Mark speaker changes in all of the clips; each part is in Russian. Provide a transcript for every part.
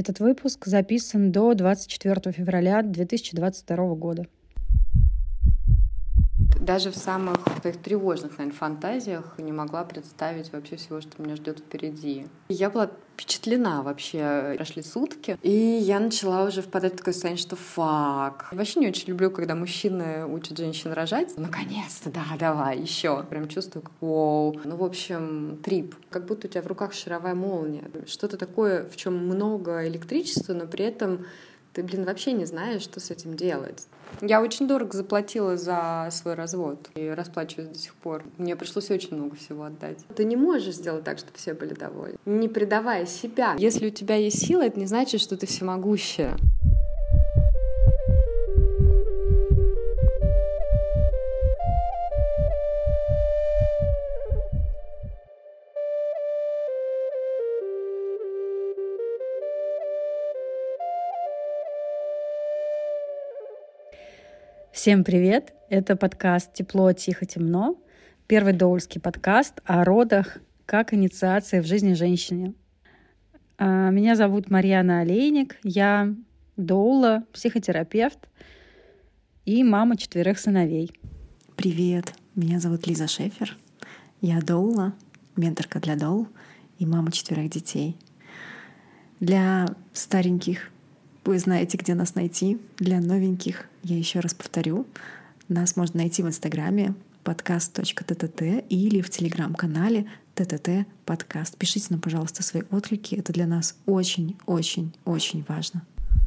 Speaker 1: Этот выпуск записан до 24 февраля 2022 года.
Speaker 2: Даже в самых таких тревожных, наверное, фантазиях не могла представить вообще всего, что меня ждет впереди. Я была впечатлена вообще. Прошли сутки, и я начала уже впадать в такое состояние, что фак. Вообще не очень люблю, когда мужчины учат женщин рожать. Наконец-то, да, давай, еще. Прям чувствую, как вау. Ну, в общем, трип. Как будто у тебя в руках шаровая молния. Что-то такое, в чем много электричества, но при этом ты, вообще не знаешь, что с этим делать. Я очень дорого заплатила за свой развод и расплачиваюсь до сих пор. Мне пришлось очень много всего отдать. Ты не можешь сделать так, чтобы все были довольны, не предавая себя. Если у тебя есть сила, это не значит, что ты всемогущая.
Speaker 1: Всем привет! Это подкаст «Тепло, тихо, темно». Первый доульский подкаст о родах как инициации в жизни женщины. Меня зовут Марьяна Олейник. Я доула, психотерапевт и мама 4 сыновей.
Speaker 3: Привет! Меня зовут Лиза Шефер. Я доула, менторка для доул и мама 4 детей. Для стареньких вы знаете, где нас найти. Для новеньких я еще раз повторю. Нас можно найти в Инстаграме подкаст.тт или в Телеграм-канале ТТТ подкаст. Пишите нам, пожалуйста, свои отклики. Это для нас очень-очень-очень важно.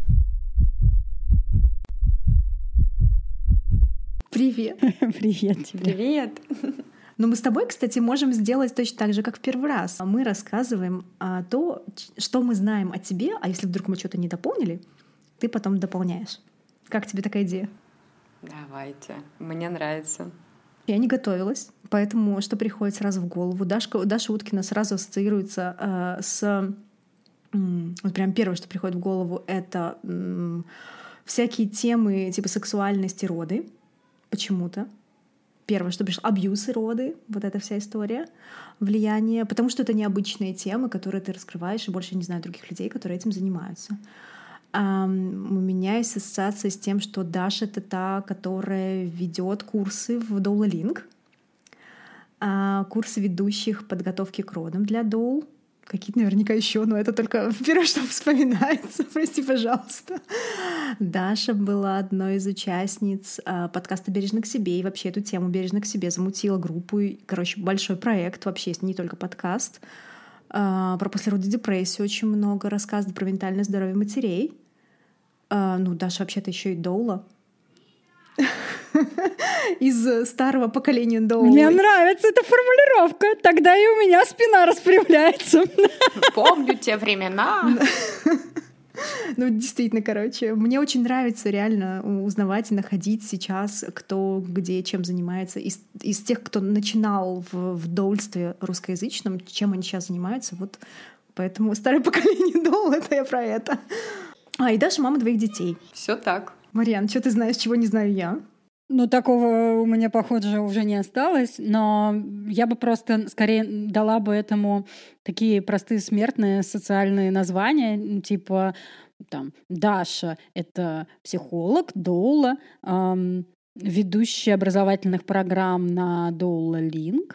Speaker 3: Привет!
Speaker 1: Привет тебе!
Speaker 2: Привет!
Speaker 3: Но мы с тобой, кстати, можем сделать точно так же, как в первый раз. Мы рассказываем то, что мы знаем о тебе, а если вдруг мы что-то не дополнили, ты потом дополняешь. Как тебе такая идея?
Speaker 2: Давайте. Мне нравится.
Speaker 3: Я не готовилась, поэтому что приходит сразу в голову? Даша Уткина сразу ассоциируется вот прям первое, что приходит в голову, это всякие темы типа сексуальности, роды. Почему-то. Первое, что пришло, абьюз и роды, вот эта вся история, влияние, потому что это необычные темы, которые ты раскрываешь, и больше не знаю других людей, которые этим занимаются. У меня есть ассоциация с тем, что Даша — это та, которая ведет курсы в Doula Link, курсы ведущих подготовки к родам для доул. Какие-то наверняка еще, но это только первое, что вспоминается. Прости, пожалуйста. Даша была одной из участниц подкаста «Бережно к себе». И вообще эту тему «Бережно к себе» замутила группу. Короче, большой проект. Вообще есть не только подкаст. Про послеродную депрессию очень много рассказывает, про ментальное здоровье матерей. Даша вообще-то еще и доула. Из старого поколения доулы.
Speaker 1: Мне нравится эта формулировка. Тогда и у меня спина распрямляется.
Speaker 2: Помню те времена.
Speaker 3: Действительно, мне очень нравится реально узнавать и находить сейчас, кто где чем занимается. Из тех, кто начинал в доульстве русскоязычном, чем они сейчас занимаются. Вот поэтому старое поколение доул — это я про это. И Даша — мама 2 детей.
Speaker 2: Все так.
Speaker 3: Марьян, что ты знаешь, чего не знаю я?
Speaker 1: Такого у меня, похоже, уже не осталось, но я бы просто скорее дала бы этому такие простые смертные социальные названия, типа там Даша — это психолог, доула, ведущий образовательных программ на Doula Link,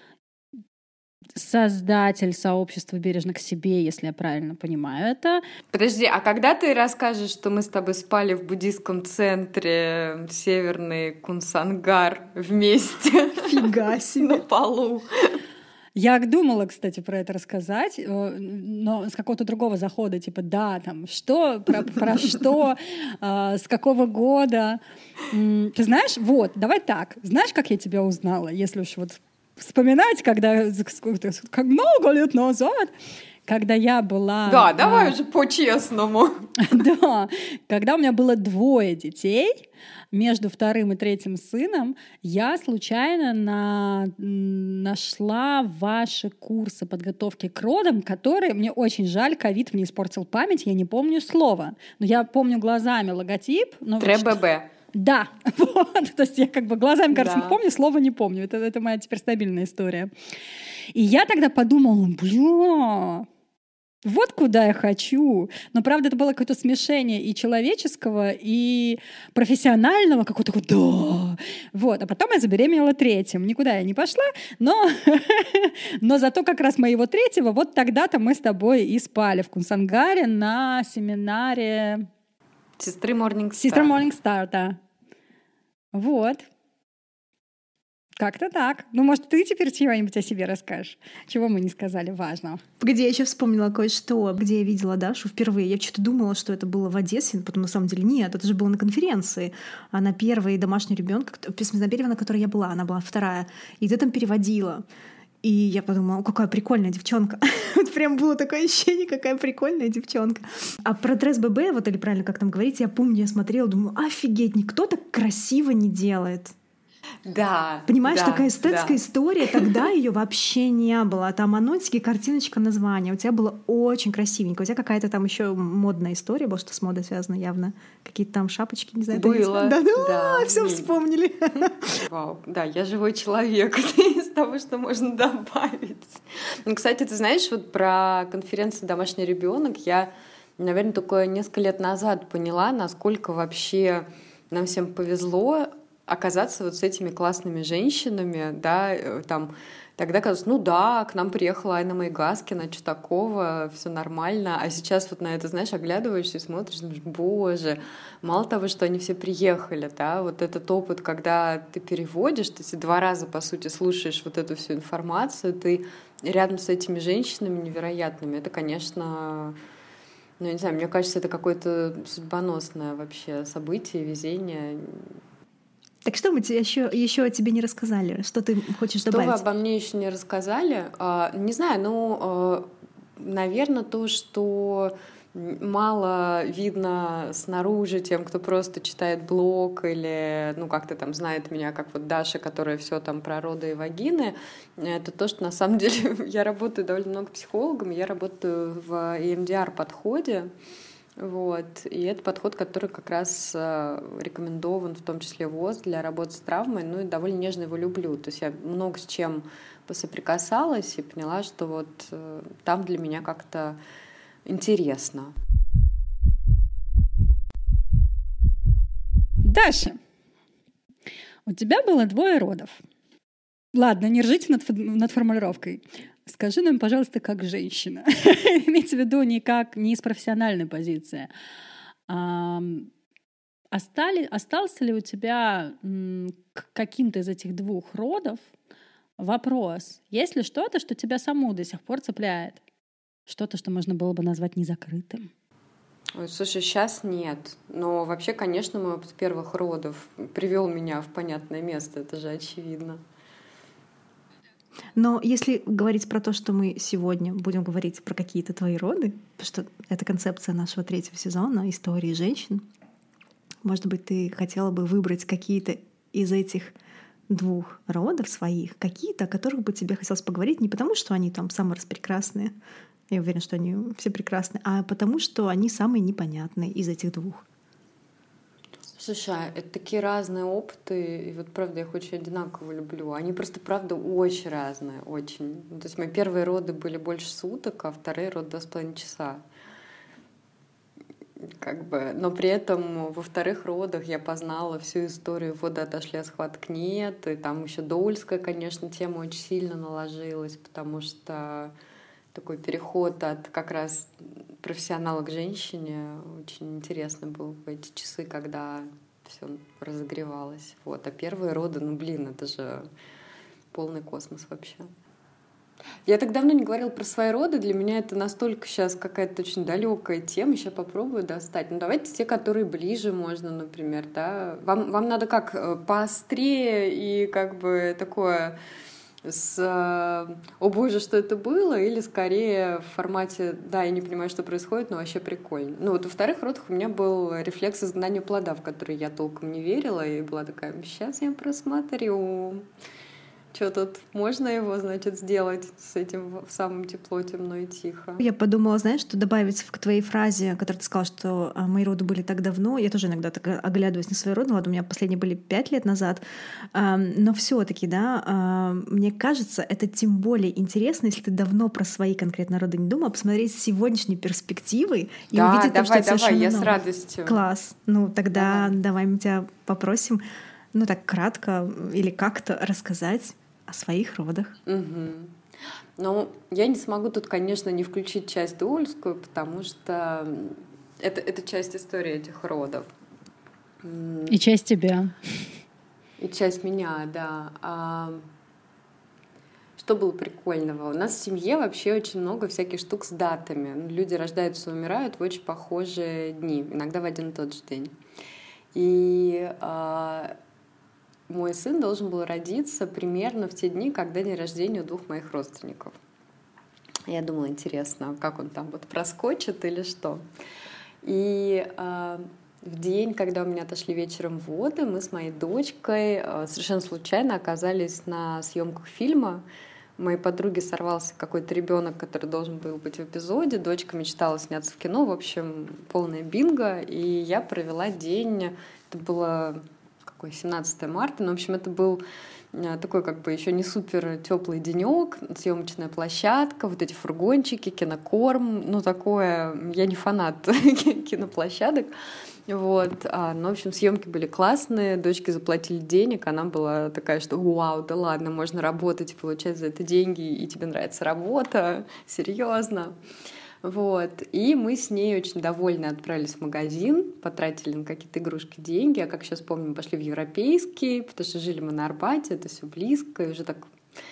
Speaker 1: создатель сообщества «Бережно к себе», если я правильно понимаю это.
Speaker 2: Подожди, а когда ты расскажешь, что мы с тобой спали в буддийском центре Северный Кунсангар вместе?
Speaker 3: Фига себе!
Speaker 2: На полу.
Speaker 1: Я думала, кстати, про это рассказать, но с какого-то другого захода, типа, да, там, что, про что, с какого года. Ты знаешь, давай так, знаешь, как я тебя узнала, если уж вспоминать, как много лет назад, когда я была...
Speaker 2: Да, давай уже по-честному.
Speaker 1: Да, когда у меня было 2 детей, между 2-м и 3-м сыном, я случайно нашла ваши курсы подготовки к родам, которые, мне очень жаль, ковид мне испортил память, я не помню слова, но я помню глазами логотип.
Speaker 2: ТРББ.
Speaker 1: Да, то есть я глазами, кажется, помню, слова не помню. Это моя теперь стабильная история. И я тогда подумала, Вот куда я хочу. Но, правда, это было какое-то смешение и человеческого, и профессионального, какого-то такого «да». Вот. А потом я забеременела третьим. Никуда я не пошла, но, но зато как раз моего третьего вот тогда-то мы с тобой и спали в Кунсангаре на семинаре
Speaker 2: Сестры Morning Star.
Speaker 1: Сестры Morning Star, да. Вот. Как-то так. Ну, может, ты теперь чего-нибудь о себе расскажешь? Чего мы не сказали важного?
Speaker 3: Где я еще вспомнила кое-что, где я видела Дашу впервые. Я что-то думала, что это было в Одессе, потом на самом деле нет, это же было на конференции. На первой домашний ребенок, на первой, на которой я была, она была вторая. И ты там переводила. И я подумала, какая прикольная девчонка. Вот прям было такое ощущение, какая прикольная девчонка. А про Дресс-ББ, вот или правильно как там говорить, я помню, я смотрела, думаю, офигеть, никто так красиво не делает.
Speaker 2: Да.
Speaker 3: Понимаешь,
Speaker 2: да,
Speaker 3: такая эстетская
Speaker 2: да.
Speaker 3: история, тогда ее вообще не было. Там анонсики, картиночка, название. У тебя было очень красивенько. У тебя какая-то там еще модная история была, что с модой связано явно. Какие-то там шапочки, не знаю.
Speaker 2: Было.
Speaker 3: Да, все вспомнили.
Speaker 2: Вау, да, я живой человек из того, что можно добавить. Ну, кстати, ты знаешь, вот про конференцию «Домашний ребенок» я, наверное, только несколько лет назад поняла, насколько вообще нам всем повезло оказаться вот с этими классными женщинами, да, там, тогда казалось, ну да, к нам приехала Айна Майгаскина, что такого, все нормально, а сейчас вот на это, знаешь, оглядываешься и смотришь, думаешь, боже, мало того, что они все приехали, да, вот этот опыт, когда ты переводишь, ты 2 раза, по сути, слушаешь вот эту всю информацию, ты рядом с этими женщинами невероятными, это, конечно, ну, я не знаю, мне кажется, это какое-то судьбоносное вообще событие, везение.
Speaker 3: Так что мы еще о тебе не рассказали? Что ты хочешь добавить?
Speaker 2: Что вы обо мне еще не рассказали? Не знаю, ну, наверное, то, что мало видно снаружи тем, кто просто читает блог или, ну, как-то там знает меня, как вот Даша, которая все там про роды и вагины, это то, что на самом деле я работаю довольно много психологом, я работаю в EMDR-подходе. Вот. И это подход, который как раз рекомендован, в том числе ВОЗ, для работы с травмой, ну и довольно нежно его люблю. То есть я много с чем посоприкасалась и поняла, что вот там для меня как-то интересно.
Speaker 1: Даша, у тебя было 2 родов. Ладно, не ржите над формулировкой. Скажи нам, пожалуйста, как женщина. Имеется в виду не из профессиональной позиции. Остался ли у тебя к каким-то из этих 2 родов вопрос? Есть ли что-то, что тебя саму до сих пор цепляет? Что-то, что можно было бы назвать незакрытым?
Speaker 2: Ой, слушай, сейчас нет. Но вообще, конечно, мой опыт первых родов привел меня в понятное место. Это же очевидно.
Speaker 3: Но если говорить про то, что мы сегодня будем говорить про какие-то твои роды, потому что это концепция нашего 3-го сезона «Истории женщин», может быть, ты хотела бы выбрать какие-то из этих 2 родов своих, какие-то, о которых бы тебе хотелось поговорить, не потому, что они там самые распрекрасные, я уверена, что они все прекрасны, а потому, что они самые непонятные из этих 2.
Speaker 2: Слушай, это такие разные опыты, и вот правда я их очень одинаково люблю. Они просто правда очень разные, очень. То есть мои первые роды были больше суток, а вторые роды 2,5 часа. Как бы, но при этом во вторых родах я познала всю историю «Воды отошли, а схваток нет», и там еще доульская, конечно, тема очень сильно наложилась, потому что такой переход от как раз профессионала к женщине очень интересно был в эти часы, когда все разогревалось. Вот. А первые роды, ну блин, это же полный космос вообще. Я так давно не говорила про свои роды, для меня это настолько сейчас какая-то очень далекая тема, сейчас попробую достать. Ну давайте те, которые ближе можно, например, да. Вам надо как поострее и как бы такое «О боже, что это было?» или скорее в формате «да, я не понимаю, что происходит, но вообще прикольно». Ну вот во вторых родах у меня был рефлекс изгнания плода, в который я толком не верила, и была такая «сейчас я просмотрю, Что тут? Можно его, значит, сделать с этим в самом тепло, темно и тихо?
Speaker 3: Я подумала, знаешь, что добавить к твоей фразе, которую ты сказала, что мои роды были так давно. Я тоже иногда так оглядываюсь на свои роды. Ладно, у меня последние были 5 лет назад. Но все-таки, да, мне кажется, это тем более интересно, если ты давно про свои конкретно роды не думала, посмотреть с сегодняшней перспективы и
Speaker 2: Да,
Speaker 3: увидеть то, что это
Speaker 2: давай,
Speaker 3: совершенно
Speaker 2: я с
Speaker 3: новое.
Speaker 2: радостью.
Speaker 3: Класс. Ну, тогда давай мы тебя попросим, ну, так кратко или как-то рассказать о своих родах.
Speaker 2: Ну, я не смогу тут, конечно, не включить часть Дуэльскую, потому что это часть истории этих родов.
Speaker 1: И часть тебя.
Speaker 2: И часть меня, да. Что было прикольного? У нас в семье вообще очень много всяких штук с датами. Люди рождаются и умирают в очень похожие дни, иногда в один и тот же день. И мой сын должен был родиться примерно в те дни, когда день рождения у 2 моих родственников. Я думала, интересно, как он там вот проскочит или что. И в день, когда у меня отошли вечером воды, мы с моей дочкой совершенно случайно оказались на съемках фильма. У моей подруги сорвался какой-то ребенок, который должен был быть в эпизоде. Дочка мечтала сняться в кино. В общем, полная бинго. И я провела день... Это было... 17 марта. Ну, в общем, это был такой как бы еще не супер теплый денек, съемочная площадка, вот эти фургончики, кинокорм, ну такое, я не фанат киноплощадок, вот, ну, в общем, съемки были классные, дочке заплатили денег, она была такая, что вау, да ладно, можно работать и получать за это деньги, и тебе нравится работа, серьезно. Вот. И мы с ней очень довольны отправились в магазин, потратили на какие-то игрушки деньги, а как сейчас помню, пошли в Европейский, потому что жили мы на Арбате, это все близко, и уже так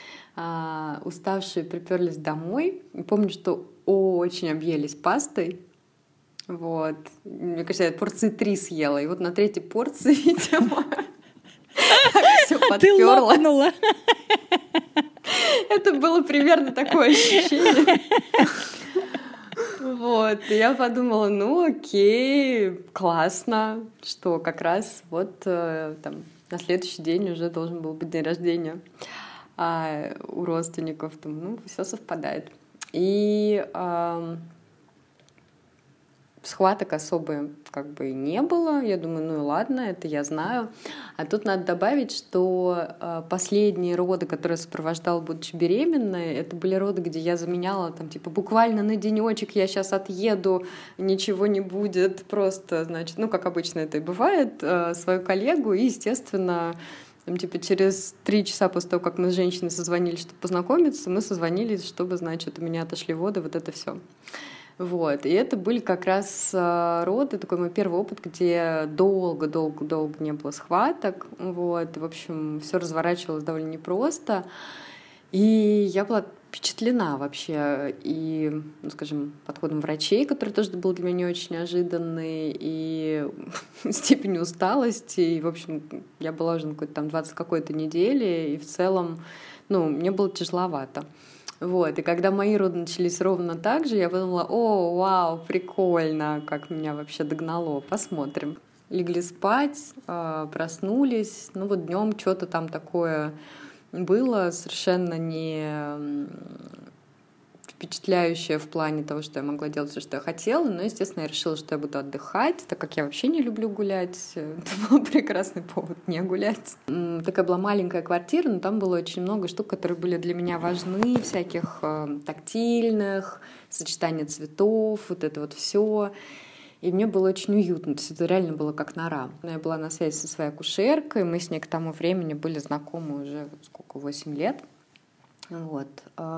Speaker 2: уставшие приперлись домой. И помню, что очень объелись пастой. Вот. Мне кажется, я порции 3 съела, и вот на 3-й порции, видимо, все подперла.
Speaker 1: Ты лопнула.
Speaker 2: Это было примерно такое ощущение. Вот, и я подумала, ну окей, классно, что как раз вот там на следующий день уже должен был быть день рождения у родственников, там, ну, все совпадает. И схваток особо как бы не было. Я думаю, ну и ладно, это я знаю. А тут надо добавить, что последние роды, которые сопровождала, будучи беременной, это были роды, где я заменяла там типа буквально на денечек, я сейчас отъеду, ничего не будет, просто, значит, ну как обычно это и бывает, свою коллегу, и, естественно, там, типа, через 3 часа после того, как мы с женщиной созвонились, чтобы познакомиться, мы созвонились, чтобы, значит, у меня отошли воды, вот это все. Вот. И это были как раз роды, такой мой первый опыт, где долго-долго-долго не было схваток. Вот. В общем, все разворачивалось довольно непросто. И я была впечатлена вообще и, ну, скажем, подходом врачей, который тоже был для меня не очень неожиданный, и степенью усталости. И, в общем, я была уже на какой-то там 20 какой-то неделе, и в целом, ну, мне было тяжеловато. Вот, и когда мои роды начались ровно так же, я подумала, о, вау, прикольно, как меня вообще догнало, посмотрим. Легли спать, проснулись, ну вот днем что-то там такое было, совершенно не впечатляющее в плане того, что я могла делать все, что я хотела, но, естественно, я решила, что я буду отдыхать, так как я вообще не люблю гулять. Это был прекрасный повод не гулять. Такая была маленькая квартира, но там было очень много штук, которые были для меня важны, всяких тактильных, сочетания цветов, вот это вот все. И мне было очень уютно, то есть это реально было как нора. Я была на связи со своей акушеркой, мы с ней к тому времени были знакомы уже, 8 лет. Вот.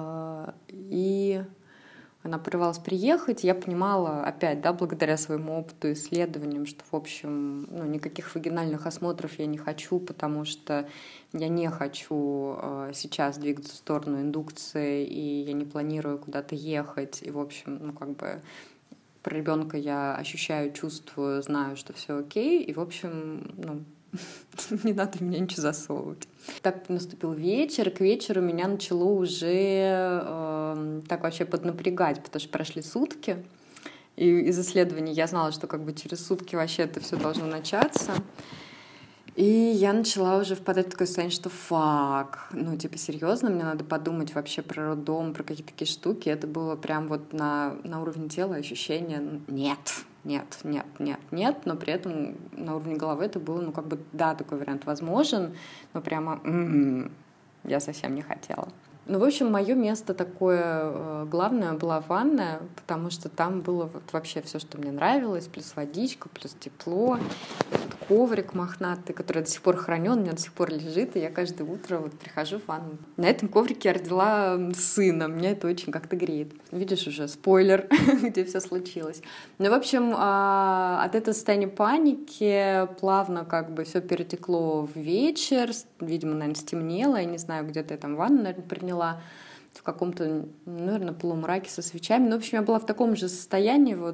Speaker 2: И она порывалась приехать. Я понимала, опять, да, благодаря своему опыту, исследованиям, что, в общем, ну, никаких вагинальных осмотров я не хочу, потому что я не хочу сейчас двигаться в сторону индукции, и я не планирую куда-то ехать. И, в общем, ну, как бы про ребенка я ощущаю, чувствую, знаю, что все окей. И, в общем, ну, не надо меня ничего засовывать. Так наступил вечер, к вечеру меня начало уже так вообще поднапрягать, потому что прошли сутки, и из исследований я знала, что как бы через сутки вообще это все должно начаться. И я начала уже впадать в такое состояние, что ну, типа, серьезно, мне надо подумать вообще про роддом, про какие-то такие штуки. Это было прям вот на уровне тела ощущение нет, но при этом на уровне головы это было, ну, как бы, да, такой вариант возможен, но прямо я совсем не хотела. Ну, в общем, мое место такое главное была ванная, потому что там было вот вообще все, что мне нравилось, плюс водичка, плюс тепло, этот коврик мохнатый, который до сих пор хранен, у меня до сих пор лежит, и я каждое утро вот прихожу в ванну. На этом коврике я родила сына, меня это очень как-то греет. Видишь уже спойлер, где все случилось. Ну, в общем, от этого состояния паники плавно как бы все перетекло в вечер, видимо, наверное, стемнело, я не знаю, где-то я там ванну, наверное, приняла в каком-то, наверное, полумраке со свечами. Ну, в общем, я была в таком же состоянии, вот,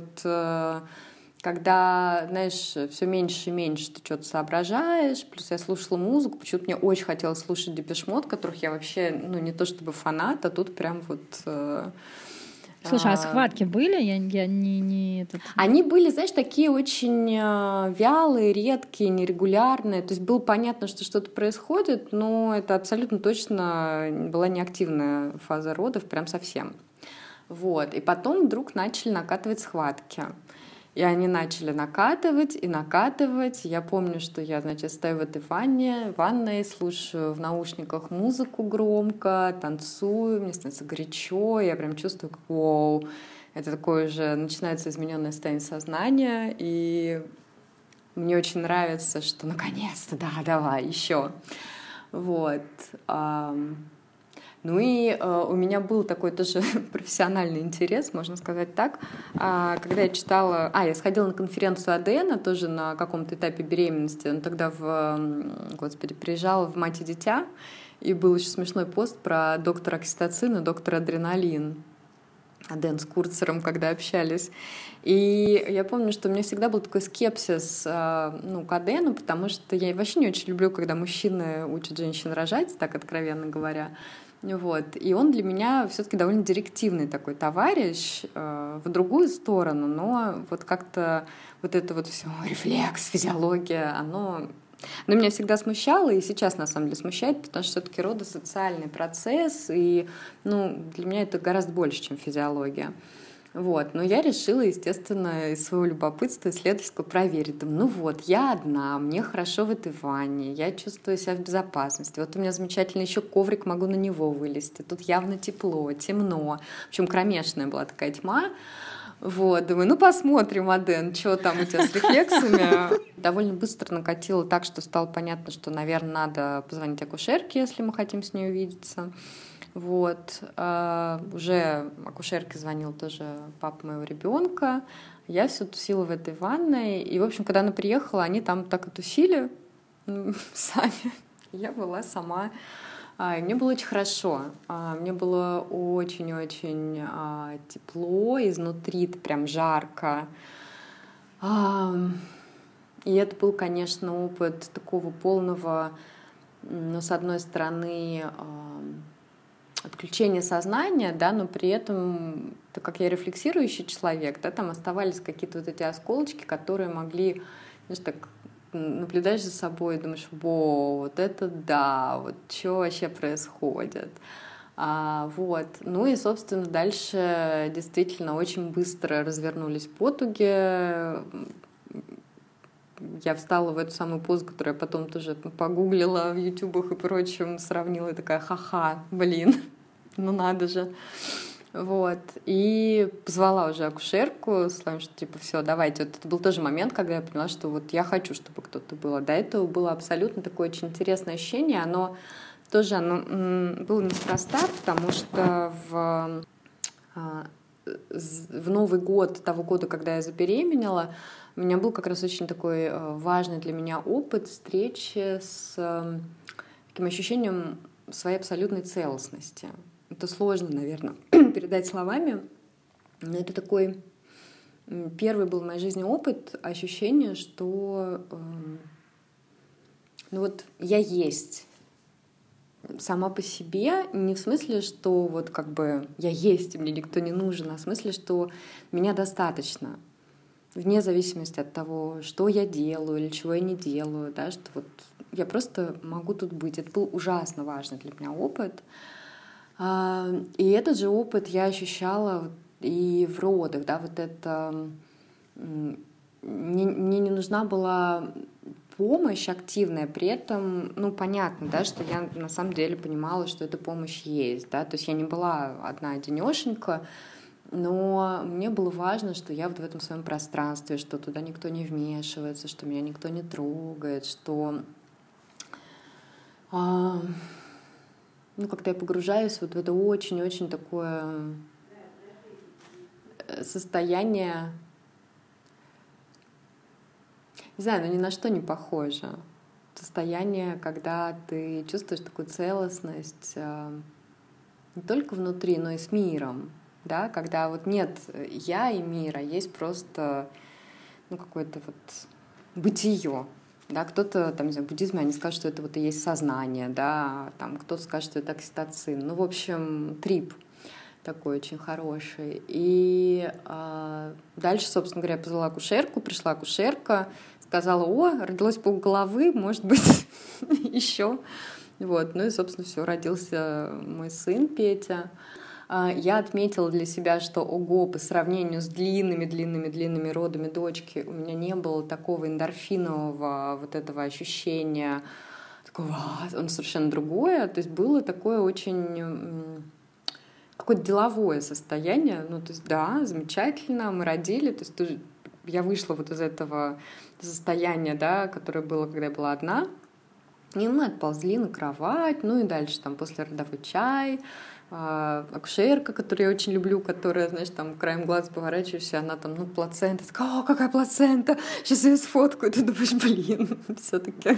Speaker 2: когда, знаешь, все меньше и меньше ты что-то соображаешь, плюс я слушала музыку, почему-то мне очень хотелось слушать Депеш Мод, которых я вообще, ну, не то чтобы фанат, а тут прям вот...
Speaker 1: Слушай, а схватки были? Я не этот...
Speaker 2: Они были, знаешь, такие очень вялые, редкие, нерегулярные. То есть было понятно, что что-то происходит, но это абсолютно точно была неактивная фаза родов, прям совсем. Вот. И потом вдруг начали накатывать схватки. И они начали накатывать и накатывать. Я помню, что я, значит, стою в этой ванной, слушаю в наушниках музыку громко, танцую, мне становится горячо, я прям чувствую, как вау, это такое уже начинается измененное состояние сознания, и мне очень нравится, что наконец-то, да, давай, еще. Вот. Ну и у меня был такой тоже профессиональный интерес, можно сказать так. Когда я читала... я сходила на конференцию АДН, тоже на каком-то этапе беременности. Он тогда приезжала в «Мать и дитя», и был еще смешной пост про доктора окситоцина, доктора адреналин. Аден с Курцером, когда общались. И я помню, что у меня всегда был такой скепсис к Адену, потому что я вообще не очень люблю, когда мужчины учат женщин рожать, так откровенно говоря. Вот. И он для меня все-таки довольно директивный такой товарищ в другую сторону, но вот как-то вот это вот все рефлекс, физиология, оно меня всегда смущало, и сейчас на самом деле смущает, потому что все-таки роды социальный процесс, и для меня это гораздо больше, чем физиология. Вот. Но я решила, естественно, из своего любопытства исследовательского проверить. Думаю, я одна, мне хорошо в этой ванне, я чувствую себя в безопасности. Вот у меня замечательный еще коврик, могу на него вылезти. Тут явно тепло, темно. В общем, кромешная была такая тьма. Вот, думаю, посмотрим, Аден, что там у тебя с рефлексами. Довольно быстро накатило так, что стало понятно, что, наверное, надо позвонить акушерке, если мы хотим с ней увидеться. Вот. Уже акушерке звонил тоже папа моего ребенка. Я все тусила в этой ванной. И, в общем, когда она приехала, они там так и тусили сами. Я была сама. И мне было очень хорошо. Мне было очень-очень тепло, изнутри прям жарко. И это был, конечно, опыт такого полного, с одной стороны, отключения сознания, да, но при этом, так как я рефлексирующий человек, да, там оставались какие-то вот эти осколочки, которые могли, знаешь, так наблюдаешь за собой и думаешь, вот это да, вот что вообще происходит. Вот. Ну и, собственно, дальше действительно очень быстро развернулись потуги. Я встала в эту самую позу, которую я потом тоже погуглила в ютубах и прочем, сравнила, и такая, надо же. Вот. И позвала уже акушерку, сказала, что типа все, давайте. Вот это был тоже момент, когда я поняла, что вот я хочу, чтобы кто-то был. До этого было абсолютно такое очень интересное ощущение. Оно было неспроста, потому что в Новый год того года, когда я забеременела, у меня был как раз очень такой важный для меня опыт встречи с таким ощущением своей абсолютной целостности. Это сложно, наверное, передать словами, но это такой первый был в моей жизни опыт, ощущение, что я есть сама по себе, не в смысле, что вот как бы я есть, и мне никто не нужен, а в смысле, что меня достаточно. вне зависимости от того, что я делаю или чего я не делаю, да, что вот я просто могу тут быть. Это был ужасно важный для меня опыт. И этот же опыт я ощущала и в родах, да, вот это... Мне не нужна была помощь активная, при этом, ну, понятно, да, что я на самом деле понимала, что эта помощь есть, да, то есть я не была одна-одинешенька, но мне было важно, что я вот в этом своем пространстве, что туда никто не вмешивается, что меня никто не трогает, что ну, как-то я погружаюсь вот в это очень-очень такое состояние, не знаю, ни на что не похоже. Состояние, когда ты чувствуешь такую целостность не только внутри, но и с миром, да, когда вот нет я и мира, есть просто ну, какое-то вот бытие. Да, кто-то, там, не знаю, в буддизме они скажут, что это вот и есть сознание, да, там кто-то скажет, что это окситоцин. Ну, в общем, трип такой очень хороший. И дальше, собственно говоря, я позвала акушерку, пришла акушерка, сказала: о, родилось полголовы, может быть, еще. Вот. Ну и, собственно, все, родился мой сын Петя. Я отметила для себя, что ого, по сравнению с длинными родами дочки у меня не было такого эндорфинового вот этого ощущения, такого, он совершенно другое. То есть было такое очень какое-то деловое состояние. Ну, то есть да, замечательно, мы родили. То есть я вышла вот из этого состояния, да, которое было, когда я была одна. И мы отползли на кровать, ну и дальше там послеродовой чай, акушерка, которую я очень люблю, которая, знаешь, там краем глаз поворачиваешься, она там, ну, плацента, такая: о, какая плацента, сейчас я ее сфоткаю, ты думаешь, блин, все-таки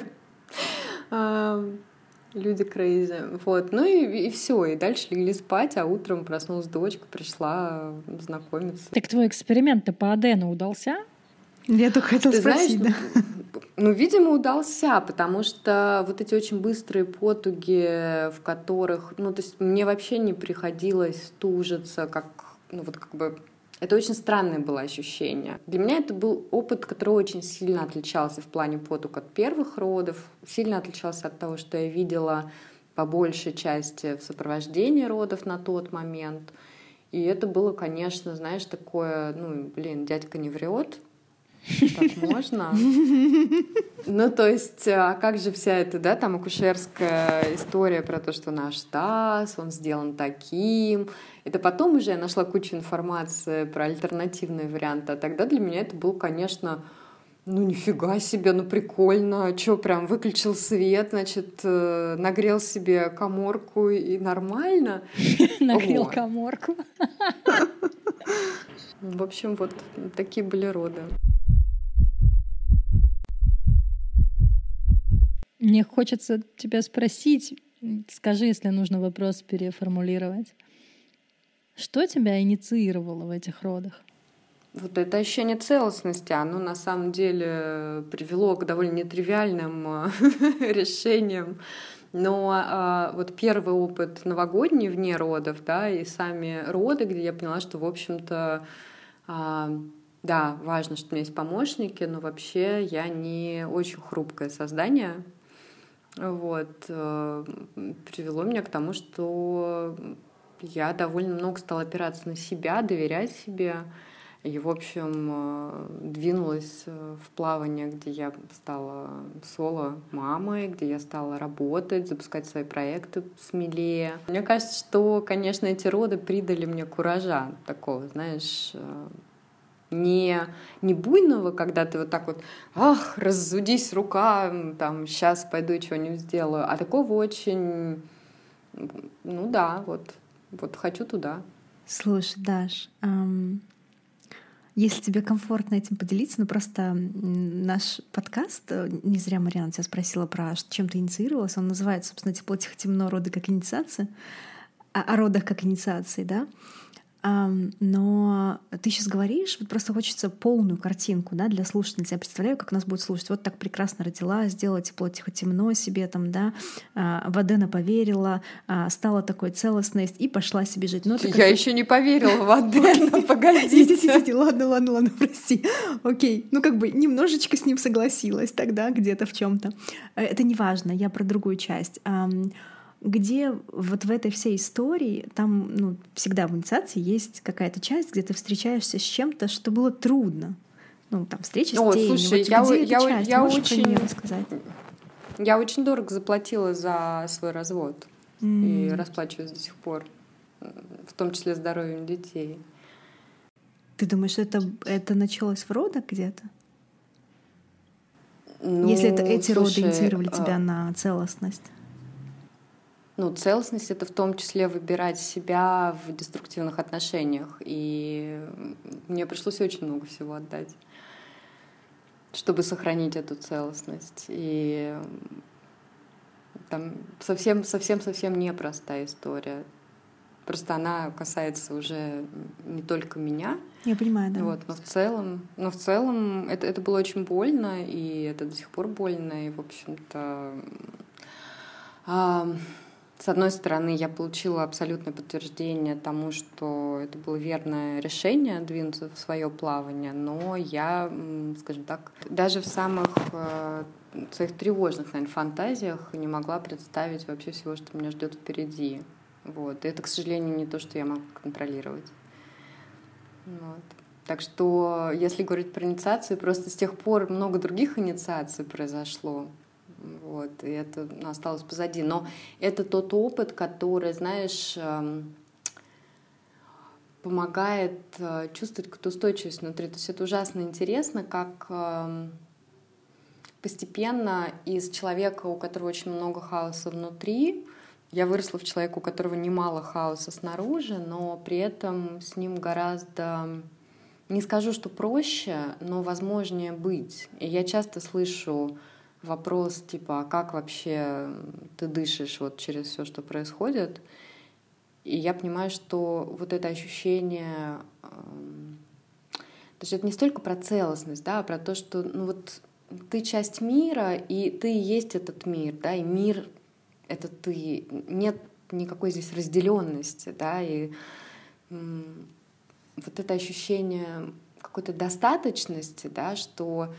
Speaker 2: люди crazy. Вот, ну и все, и дальше легли спать, а утром проснулась дочка, пришла знакомиться.
Speaker 1: Так твой эксперимент-то по Адену удался?
Speaker 3: Я только хотела спросить,
Speaker 2: знаешь,
Speaker 3: да.
Speaker 2: Ну, видимо, удался, потому что вот эти очень быстрые потуги, в которых, ну, то есть мне вообще не приходилось стужиться, как, ну, вот как бы, это очень странное было ощущение. Для меня это был опыт, который очень сильно отличался в плане потуг от первых родов, сильно отличался от того, что я видела по большей части в сопровождении родов на тот момент. И это было, конечно, знаешь, такое, ну, блин, дядька не врет. Так можно? Ну, то есть, а как же вся эта, да, там акушерская история про то, что наш таз, он сделан таким. Это потом уже я нашла кучу информации про альтернативные варианты. А тогда для меня это было, конечно, ну, нифига себе, ну, прикольно. Чё, прям выключил свет, значит, нагрел себе каморку и нормально?
Speaker 1: Нагрел каморку.
Speaker 2: В общем, вот такие были роды.
Speaker 1: Мне хочется тебя спросить, скажи, если нужно вопрос переформулировать. Что тебя инициировало в этих родах?
Speaker 2: Вот это ощущение целостности, оно на самом деле привело к довольно нетривиальным решениям. Но вот первый опыт новогодний вне родов, да, и сами роды, где я поняла, что, в общем-то, да, важно, что у меня есть помощники, но вообще я не очень хрупкое создание. Вот, привело меня к тому, что я довольно много стала опираться на себя, доверять себе. И, в общем, двинулась в плавание, где я стала соло-мамой, где я стала работать, запускать свои проекты смелее. Мне кажется, что, конечно, эти роды придали мне куража такого, знаешь, не буйного, когда ты вот так вот, ах, разудись рука, там, сейчас пойду и чего-нибудь сделаю, а такого очень, ну да, вот хочу туда.
Speaker 3: Слушай, Даш, если тебе комфортно этим поделиться, ну просто наш подкаст, не зря Марианна тебя спросила про чем ты инициировалась, он называется, собственно, «Тепло, тихо, темно. Роды как инициация», о родах как инициации, да? Но ты сейчас говоришь, вот просто хочется полную картинку, да, для слушательницы. Я представляю, как нас будет слушать. Вот так прекрасно родила, сделала тепло, тихо, темно себе там, да, в Адена поверила, стала такой целостной и пошла себе жить.
Speaker 2: Я еще не поверила в Адена, погодите.
Speaker 3: Ладно, прости. Окей, немножечко с ним согласилась тогда где-то в чем-то. Это не важно, я про другую часть. Где вот в этой всей истории, там всегда в инициации есть какая-то часть, где ты встречаешься с чем-то, что было трудно. Там встреча с тенью.
Speaker 2: Слушай, я очень дорого заплатила за свой развод. И расплачиваюсь до сих пор. В том числе здоровьем детей.
Speaker 3: Ты думаешь, это началось в родах где-то? Если эти роды инициировали тебя на целостность?
Speaker 2: Целостность — это в том числе выбирать себя в деструктивных отношениях. И мне пришлось очень много всего отдать, чтобы сохранить эту целостность. И там совсем непростая история. Просто она касается уже не только меня.
Speaker 3: Я понимаю, да.
Speaker 2: Но в целом это было очень больно, и это до сих пор больно. И, в общем-то, с одной стороны, я получила абсолютное подтверждение тому, что это было верное решение двинуться в свое плавание, но я, скажем так, даже в самых своих тревожных, наверное, фантазиях не могла представить вообще всего, что меня ждет впереди. И это, к сожалению, не то, что я могу контролировать. Так что, если говорить про инициации, просто с тех пор много других инициаций произошло. И это осталось позади. Но это тот опыт, который, знаешь, помогает чувствовать какую-то устойчивость внутри. То есть это ужасно интересно, как постепенно из человека, у которого очень много хаоса внутри, я выросла в человека, у которого немало хаоса снаружи, но при этом с ним гораздо, не скажу, что проще, но возможнее быть. И я часто слышу вопрос типа, а как вообще ты дышишь через все, что происходит? И я понимаю, что вот это ощущение, то есть это не столько про целостность, да, а про то, что ты часть мира, и ты и есть этот мир, да, и мир — это ты. Нет никакой здесь разделенности, да, и вот это ощущение какой-то достаточности, да, что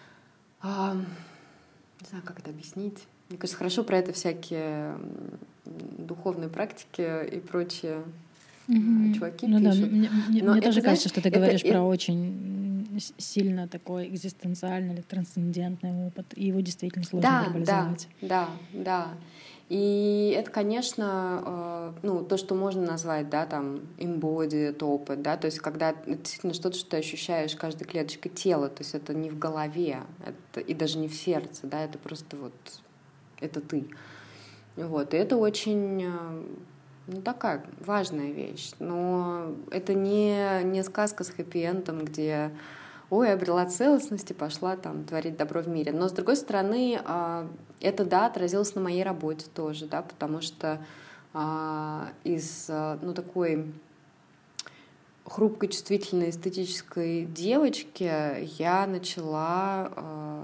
Speaker 2: не знаю, как это объяснить. Мне кажется, хорошо про это всякие духовные практики и прочие чуваки пишут.
Speaker 1: Да, мне тоже кажется, что ты говоришь про очень сильно такой экзистенциальный или трансцендентный опыт, и его действительно сложно вербализовать.
Speaker 2: Да. И это, конечно, то, что можно назвать, да, там, embodied опыт, да, то есть когда действительно что-то, что ты ощущаешь каждой клеточкой тела, то есть это не в голове, и даже не в сердце, да, это просто это ты. И это очень, такая важная вещь, но это не сказка с хэппи-эндом, где ой, обрела целостность и пошла там творить добро в мире. Но, с другой стороны, это, да, отразилось на моей работе тоже, да, потому что из такой хрупкой, чувствительной, эстетической девочки я начала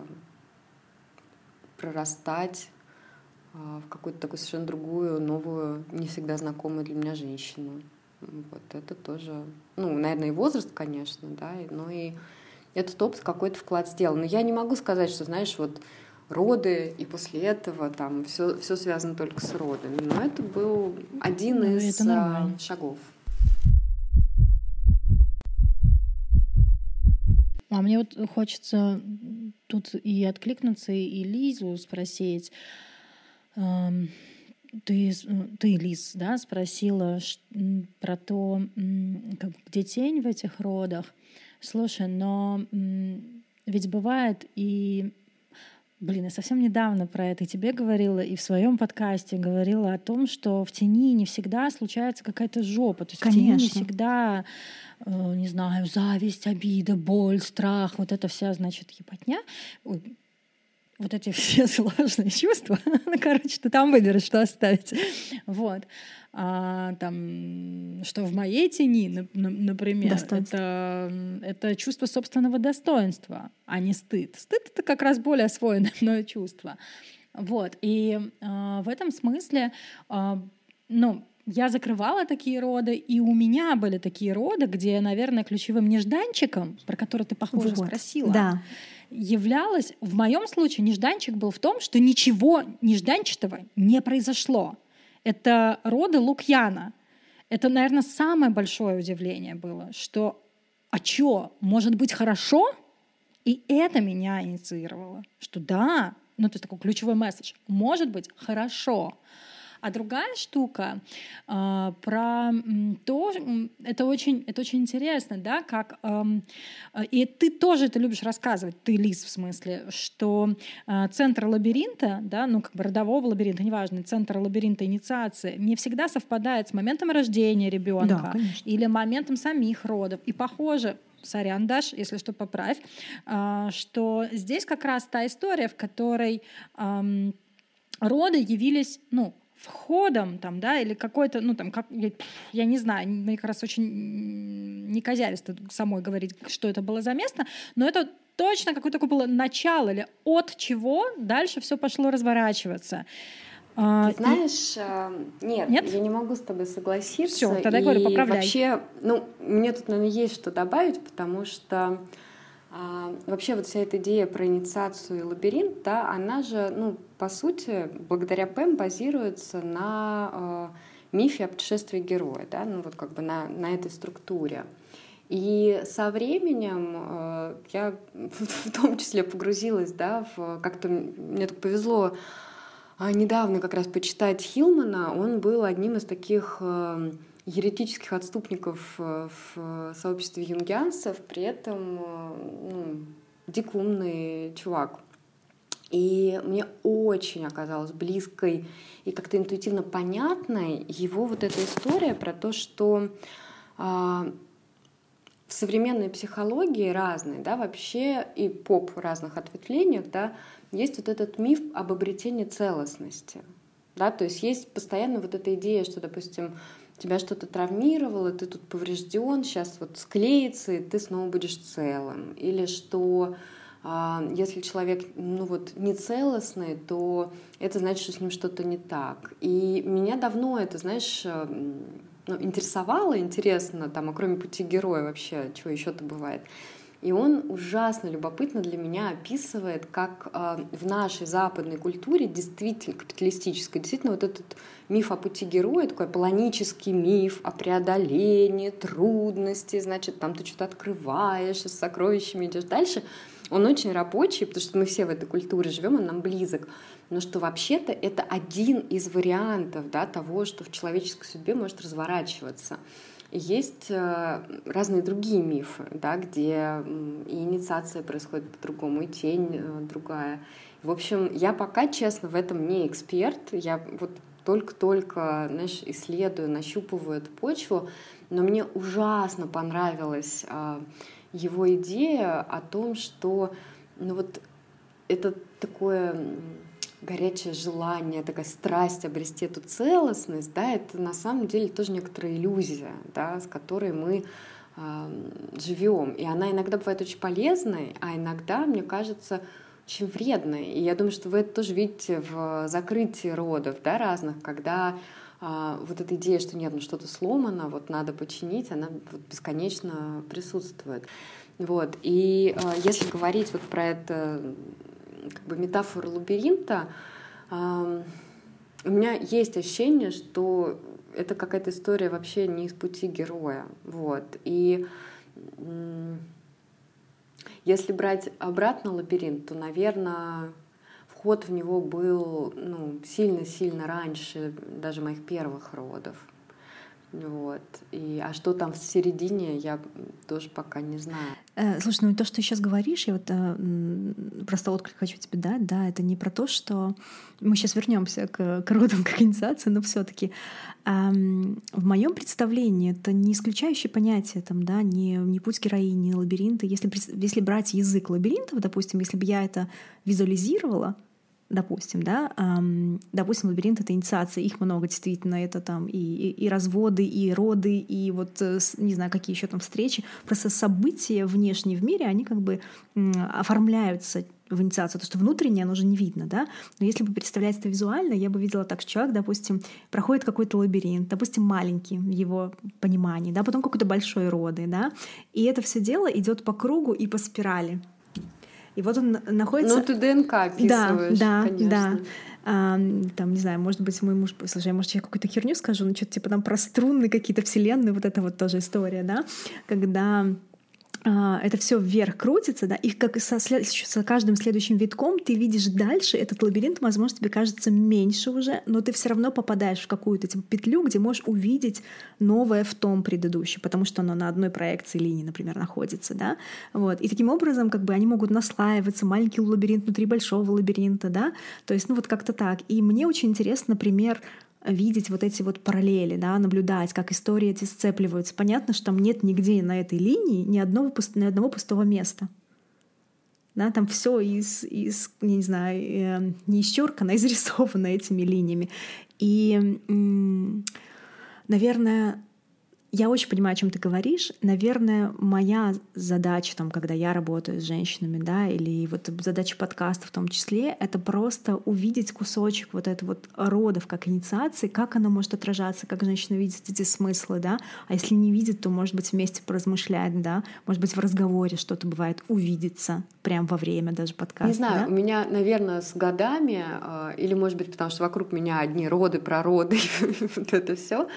Speaker 2: прорастать в какую-то такую совершенно другую, новую, не всегда знакомую для меня женщину. Это тоже, наверное, и возраст, конечно, да, но и этот опыт какой-то вклад сделал. Но я не могу сказать, что, знаешь, роды, и после этого там все связано только с родами. Но это был один из шагов.
Speaker 1: А мне хочется тут и откликнуться, и Лизу спросить. Ты, Лиз, да, спросила про то, где тень в этих родах. Слушай, но ведь бывает и... я совсем недавно про это тебе говорила, и в своем подкасте говорила о том, что в тени не всегда случается какая-то жопа. То есть
Speaker 3: Конечно.
Speaker 1: в тени не всегда, не знаю, зависть, обида, боль, страх, вот это вся, значит, ебатня. вот эти все сложные чувства, ну, короче, ты там выберешь, что оставить. Вот. Там, что в моей тени, например, это чувство собственного достоинства, а не стыд. Стыд — это как раз более освоенное мною чувство. Вот. И в этом смысле, я закрывала такие роды, и у меня были такие роды, где, наверное, ключевым нежданчиком, про который ты, похоже, спросила,
Speaker 3: да,
Speaker 1: являлось, в моем случае нежданчик был в том, что ничего нежданчатого не произошло. Это роды Лукьяна. Это, наверное, самое большое удивление было, что может быть хорошо? И это меня инициировало, что да, то есть такой ключевой месседж, может быть хорошо. А другая штука про то, это очень интересно, да, как и ты тоже это любишь рассказывать, ты, Лиз, в смысле, что центр лабиринта, да, родового лабиринта, неважно, центр лабиринта инициации не всегда совпадает с моментом рождения ребенка,
Speaker 3: да,
Speaker 1: или моментом самих родов. И похоже, сорян, Даш, если что, поправь, что здесь как раз та история, в которой роды явились, входом, там, да, или какой-то, я не знаю, мне как раз очень неказявисто самой говорить, что это было за место, но это точно какое-то такое было начало, или от чего дальше все пошло разворачиваться.
Speaker 2: Ты знаешь, нет, я не могу с тобой согласиться.
Speaker 1: Все, тогда говорю, поправляй.
Speaker 2: Вообще, мне тут, наверное, есть что добавить, потому что вообще вот вся эта идея про инициацию и лабиринт, да, она же, по сути, благодаря Пэм базируется на мифе о путешествии героя, да, на этой структуре. И со временем я в том числе погрузилась, да, как-то мне так повезло недавно как раз почитать Хилмана. Он был одним из таких еретических отступников в сообществе юнгианцев, при этом дико умный чувак. И мне очень оказалась близкой и как-то интуитивно понятной его вот эта история про то, что в современной психологии разной, да, вообще и поп разных ответвлениях, да, есть вот этот миф об обретении целостности. Да, то есть есть постоянно вот эта идея, что, допустим, тебя что-то травмировало, ты тут поврежден, сейчас вот склеится, и ты снова будешь целым. Или что если человек нецелостный, то это значит, что с ним что-то не так. И меня давно это, знаешь, интересовало, интересно, там, а кроме пути героя вообще, чего еще-то бывает. И он ужасно любопытно для меня описывает, как в нашей западной культуре, действительно капиталистической, действительно вот этот миф о пути героя, такой аполлонический миф о преодолении трудностей, значит, там ты что-то открываешь, с сокровищами идешь дальше, он очень рабочий, потому что мы все в этой культуре живем, он нам близок, но что вообще-то это один из вариантов, да, того, что в человеческой судьбе может разворачиваться. И есть разные другие мифы, да, где и инициация происходит по-другому, и тень другая. В общем, я пока, честно, в этом не эксперт. Я вот только-только, знаешь, исследую, нащупываю эту почву, но мне ужасно понравилась его идея о том, что это такое горячее желание, такая страсть обрести эту целостность, да, это на самом деле тоже некоторая иллюзия, да, с которой мы живем. И она иногда бывает очень полезной, а иногда, мне кажется, очень вредной. И я думаю, что вы это тоже видите в закрытии родов, да, разных, когда вот эта идея, что нет, что-то сломано, вот надо починить, она вот бесконечно присутствует. Вот. И если говорить вот про это, как бы метафору лабиринта, у меня есть ощущение, что это какая-то история вообще не из пути героя. Вот. И если брать обратно лабиринт, то, наверное, вход в него был сильно-сильно раньше даже моих первых родов. Вот. А что там в середине, я тоже пока не знаю.
Speaker 3: Слушай, ну и то, что ты сейчас говоришь, я вот просто отклик хочу тебе дать, да, это не про то, что мы сейчас вернемся к родам, как инициации, но все-таки в моем представлении это не исключающее понятие, там, да, не путь героини, не лабиринты. Если брать язык лабиринтов, допустим, если бы я это визуализировала, допустим, да, допустим, лабиринт — это инициация, их много действительно, это там и разводы, и роды, и вот не знаю, какие еще там встречи. Просто события внешние в мире, они как бы оформляются в инициацию, то, что внутреннее, оно уже не видно, да. Но если бы представлять это визуально, я бы видела так, что человек, допустим, проходит какой-то лабиринт, допустим, маленький в его понимании, да, потом какой-то большой роды, да, и это все дело идет по кругу и по спирали. И вот он находится...
Speaker 2: Ну, ты ДНК описываешь, конечно.
Speaker 3: Да. Там, не знаю, может быть, мой муж... Слушай, может, я какую-то херню скажу, но что-то типа там про струнные какие-то вселенные, вот это вот тоже история, да, когда это все вверх крутится, да, и как со каждым следующим витком ты видишь дальше этот лабиринт, возможно, тебе кажется меньше уже, но ты все равно попадаешь в какую-то типа петлю, где можешь увидеть новое в том предыдущем, потому что оно на одной проекции линии, например, находится, да, вот. И таким образом как бы они могут наслаиваться, маленький лабиринт внутри большого лабиринта, да, то есть, ну вот как-то так. И мне очень интересно, например, видеть вот эти вот параллели, да, наблюдать, как истории эти сцепливаются. Понятно, что там нет нигде на этой линии ни одного пустого места. Да, там все я не знаю, не исчеркано, а изрисовано этими линиями. И, наверное, я очень понимаю, о чем ты говоришь. Наверное, моя задача, там, когда я работаю с женщинами, да, или вот задача подкаста в том числе, это просто увидеть кусочек вот этого вот родов как инициации, как оно может отражаться, как женщина видит эти смыслы, да. А если не видит, то, может быть, вместе поразмышлять, да. Может быть, в разговоре что-то бывает увидеться прямо во время даже подкаста.
Speaker 2: Не знаю,
Speaker 3: да?
Speaker 2: У меня, наверное, с годами, или, может быть, потому что вокруг меня одни роды, пророды, вот это все.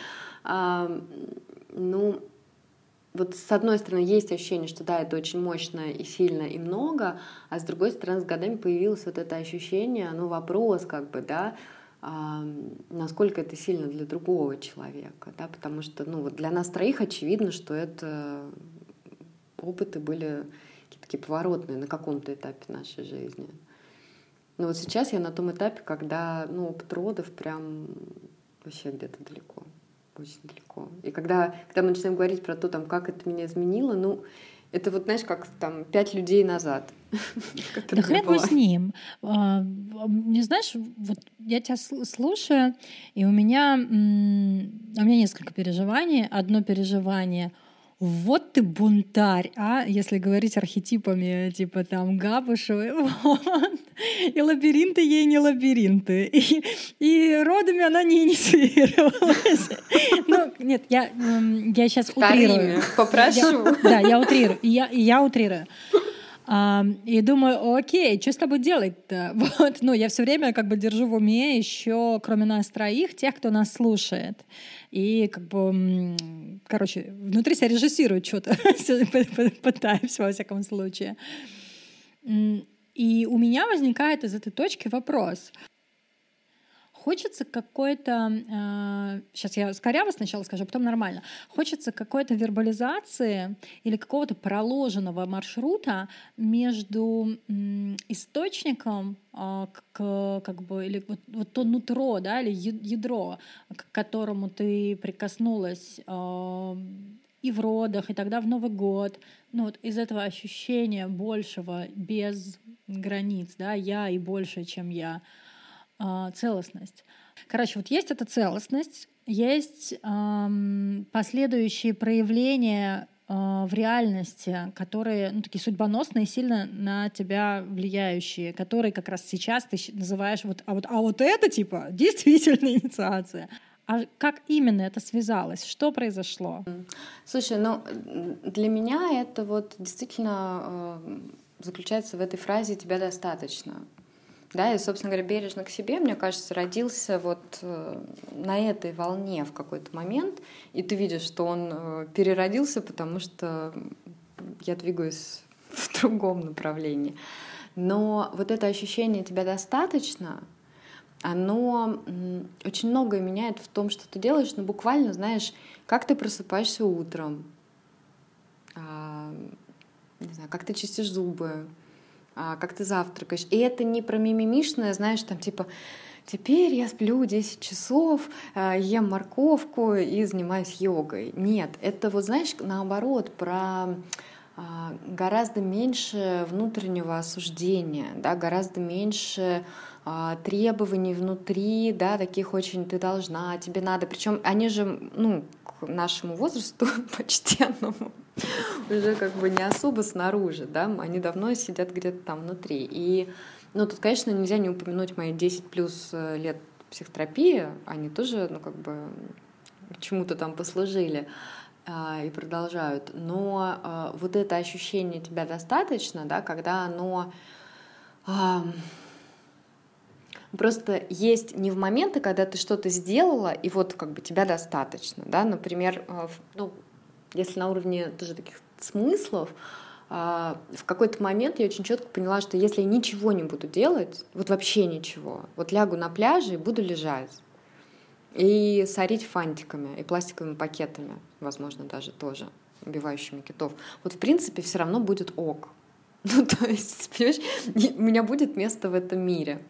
Speaker 2: Ну, вот с одной стороны есть ощущение, что да, это очень мощно и сильно и много, а с другой стороны с годами появилось вот это ощущение, ну, вопрос как бы, да, насколько это сильно для другого человека, да, потому что, ну, вот для нас троих очевидно, что это опыты были какие-то такие поворотные на каком-то этапе нашей жизни. Но вот сейчас я на том этапе, когда, ну, опыт родов прям вообще где-то далеко. Очень далеко. И когда мы начинаем говорить про то, там, как это меня изменило, ну, это вот, знаешь, как там 5 людей назад.
Speaker 1: Да хрен бы с ним. Не знаешь, вот я тебя слушаю, и у меня несколько переживаний. Одно переживание — вот ты бунтарь, если говорить архетипами, типа там Габушевой, вот. И лабиринты ей не лабиринты, и родами она не инициировалась. Ну, нет, я сейчас утрирую.
Speaker 2: Попрошу.
Speaker 1: Да, я утрирую. Я утрирую. И думаю, окей, что с тобой делать-то? Вот, ну, я все время как бы держу в уме еще, кроме нас троих, тех, кто нас слушает. И как бы, короче, внутри себя режиссирую что-то, пытаюсь, во всяком случае. И у меня возникает из этой точки вопрос. Хочется какой-то... сейчас я скоряво сначала скажу, а потом нормально. Хочется какой-то вербализации или какого-то проложенного маршрута между источником, как бы, или вот то нутро, да, или ядро, к которому ты прикоснулась и в родах, и тогда в Новый год. Ну, вот из этого ощущения большего без границ, да, я и больше, чем я. Целостность. Короче, вот есть эта целостность, есть последующие проявления в реальности, которые, ну, такие судьбоносные, сильно на тебя влияющие, которые как раз сейчас ты называешь а вот это типа действительно инициация. А как именно это связалось? Что произошло?
Speaker 2: Слушай, ну для меня это вот действительно заключается в этой фразе «тебя достаточно». Да, и, собственно говоря, бережно к себе, мне кажется, родился вот на этой волне в какой-то момент, и ты видишь, что он переродился, потому что я двигаюсь в другом направлении. Но вот это ощущение «тебя достаточно», оно очень многое меняет в том, что ты делаешь, ну, буквально, знаешь, как ты просыпаешься утром, не знаю, как ты чистишь зубы, как ты завтракаешь. И это не про мимимишное, знаешь, там типа теперь я сплю 10 часов, ем морковку и занимаюсь йогой. Нет, это вот, знаешь, наоборот, про гораздо меньше внутреннего осуждения, да, гораздо меньше требований внутри, да, таких очень ты должна, тебе надо. Причем они же, ну, к нашему возрасту почтенному уже как бы не особо снаружи, да, они давно сидят где-то там внутри. И, ну, тут, конечно, нельзя не упомянуть мои 10 плюс лет психотерапии, они тоже, ну, как бы чему-то там послужили и продолжают. Но вот это ощущение тебя достаточно, да, когда оно просто есть не в моменты, когда ты что-то сделала, и вот как бы тебя достаточно, да, например, ну, если на уровне тоже таких смыслов, в какой-то момент я очень четко поняла, что если я ничего не буду делать, вот вообще ничего, вот лягу на пляже и буду лежать, и сорить фантиками и пластиковыми пакетами, возможно, даже тоже убивающими китов, вот в принципе все равно будет ок. Ну, то есть, понимаешь, у меня будет место в этом мире.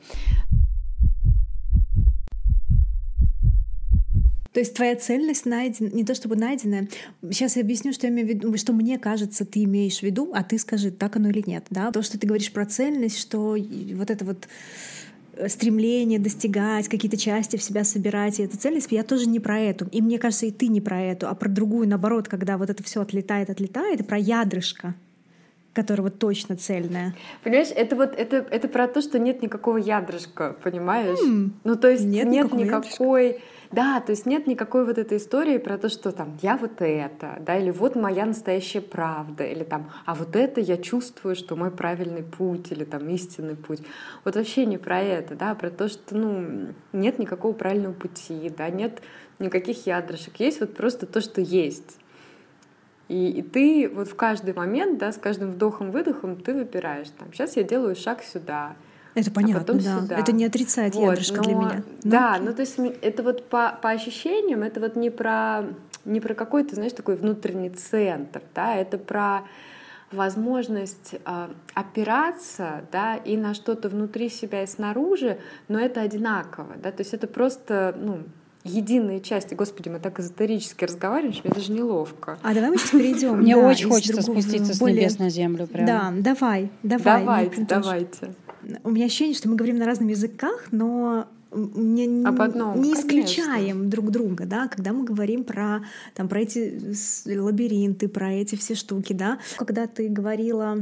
Speaker 3: То есть твоя цельность найдена, не то чтобы найденная. Сейчас я объясню, что я имею в виду, что мне кажется, ты имеешь в виду, а ты скажи, так оно или нет. Да? То, что ты говоришь про цельность, что вот это вот стремление достигать, какие-то части в себя собирать, и эта цельность, я тоже не про эту. И мне кажется, и ты не про эту, а про другую, наоборот, когда вот это все отлетает, и про ядрышко, которое вот точно цельное.
Speaker 2: Понимаешь, это про то, что нет никакого ядрышка, понимаешь? Ну, то есть нет никакой... Да, то есть нет никакой вот этой истории про то, что там я вот это, да, или вот моя настоящая правда, или там, а вот это я чувствую, что мой правильный путь, или там истинный путь. Вот вообще не про это, да, а про то, что, ну, нет никакого правильного пути, да, нет никаких ядрышек, есть вот просто то, что есть. И ты вот в каждый момент, да, с каждым вдохом-выдохом ты выбираешь, там, сейчас я делаю шаг сюда,
Speaker 3: это понятно,
Speaker 2: а потом
Speaker 3: да.
Speaker 2: сюда.
Speaker 3: Это не отрицает вот, ядрышко для меня.
Speaker 2: Да, ну то есть это вот по ощущениям, это вот не про какой-то, знаешь, такой внутренний центр, да, это про возможность опираться, да, и на что-то внутри себя и снаружи, но это одинаково, да, то есть это просто, ну, единые части. Господи, мы так эзотерически разговариваем, что мне даже неловко.
Speaker 3: А давай мы сейчас перейдем.
Speaker 1: Мне очень хочется спуститься с небес на землю. Прям.
Speaker 3: Да, давай.
Speaker 2: Давайте.
Speaker 3: У меня ощущение, что мы говорим на разных языках, но не исключаем друг друга, да, когда мы говорим про эти лабиринты, про эти все штуки, да. Когда ты говорила,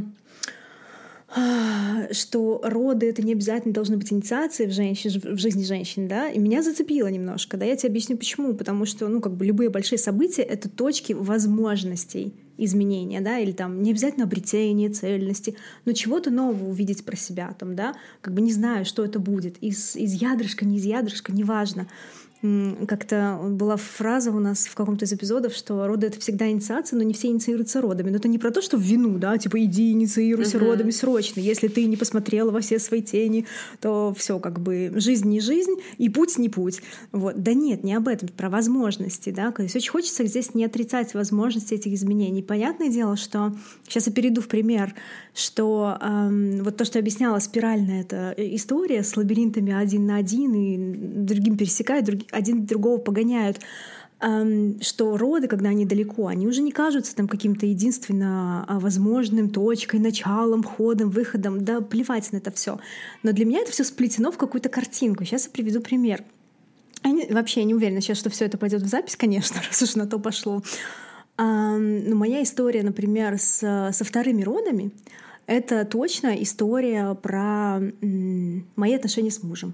Speaker 3: что роды — это не обязательно должны быть инициацией в жизни женщин, да, и меня зацепило немножко, да, я тебе объясню почему, потому что, ну, как бы любые большие события — это точки возможностей изменения, да, или там не обязательно обретение цельности, но чего-то нового увидеть про себя, там, да, как бы не знаю, что это будет, из ядрышка, не из ядрышка, неважно. Как-то была фраза у нас в каком-то из эпизодов, что роды — это всегда инициация, но не все инициируются родами. Но это не про то, что в вину, да, типа иди инициируйся родами срочно. Если ты не посмотрела во все свои тени, то все как бы жизнь не жизнь и путь не путь. Вот. Да нет, не об этом, про возможности, да. То есть очень хочется здесь не отрицать возможности этих изменений. Понятное дело, что сейчас я перейду в пример, что вот то, что я объясняла, спиральная эта история с лабиринтами один на один и другим пересекают, один другого погоняют, что роды, когда они далеко, они уже не кажутся там каким-то единственно возможным точкой, началом, ходом, выходом. Да плевать на это все. Но для меня это все сплетено в какую-то картинку. Сейчас я приведу пример. Вообще я не уверена сейчас, что все это пойдет в запись, конечно, раз уж на то пошло. Но моя история, например, со вторыми родами, это точно история про мои отношения с мужем.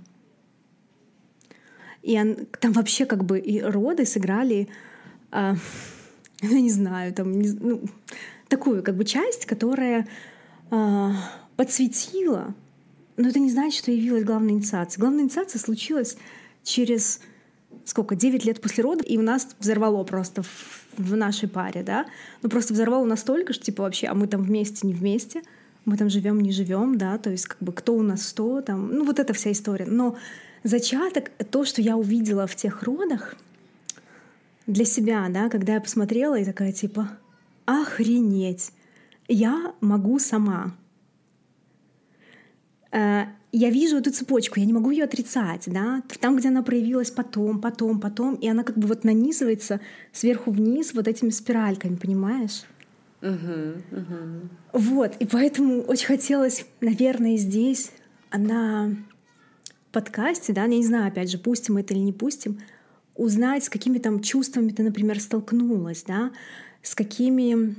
Speaker 3: И там вообще как бы и роды сыграли, я не знаю, там, такую как бы часть, которая подсветила, но это не значит, что явилась главной инициацией. Главная инициация случилась через 9 лет после родов, и у нас взорвало просто в нашей паре, да, ну просто взорвало настолько, что типа вообще, а мы там вместе, не вместе, мы там живем, не живем, да, то есть как бы кто у нас что там, ну вот эта вся история. Но зачаток, то, что я увидела в тех родах для себя, да, когда я посмотрела и такая типа охренеть, я могу сама. Я вижу эту цепочку, я не могу ее отрицать, да, там, где она проявилась потом, и она как бы вот нанизывается сверху вниз вот этими спиральками, понимаешь? Вот, и поэтому очень хотелось, наверное, здесь, на подкасте, да, я не знаю, опять же, пустим это или не пустим, узнать, с какими там чувствами ты, например, столкнулась, да, с какими...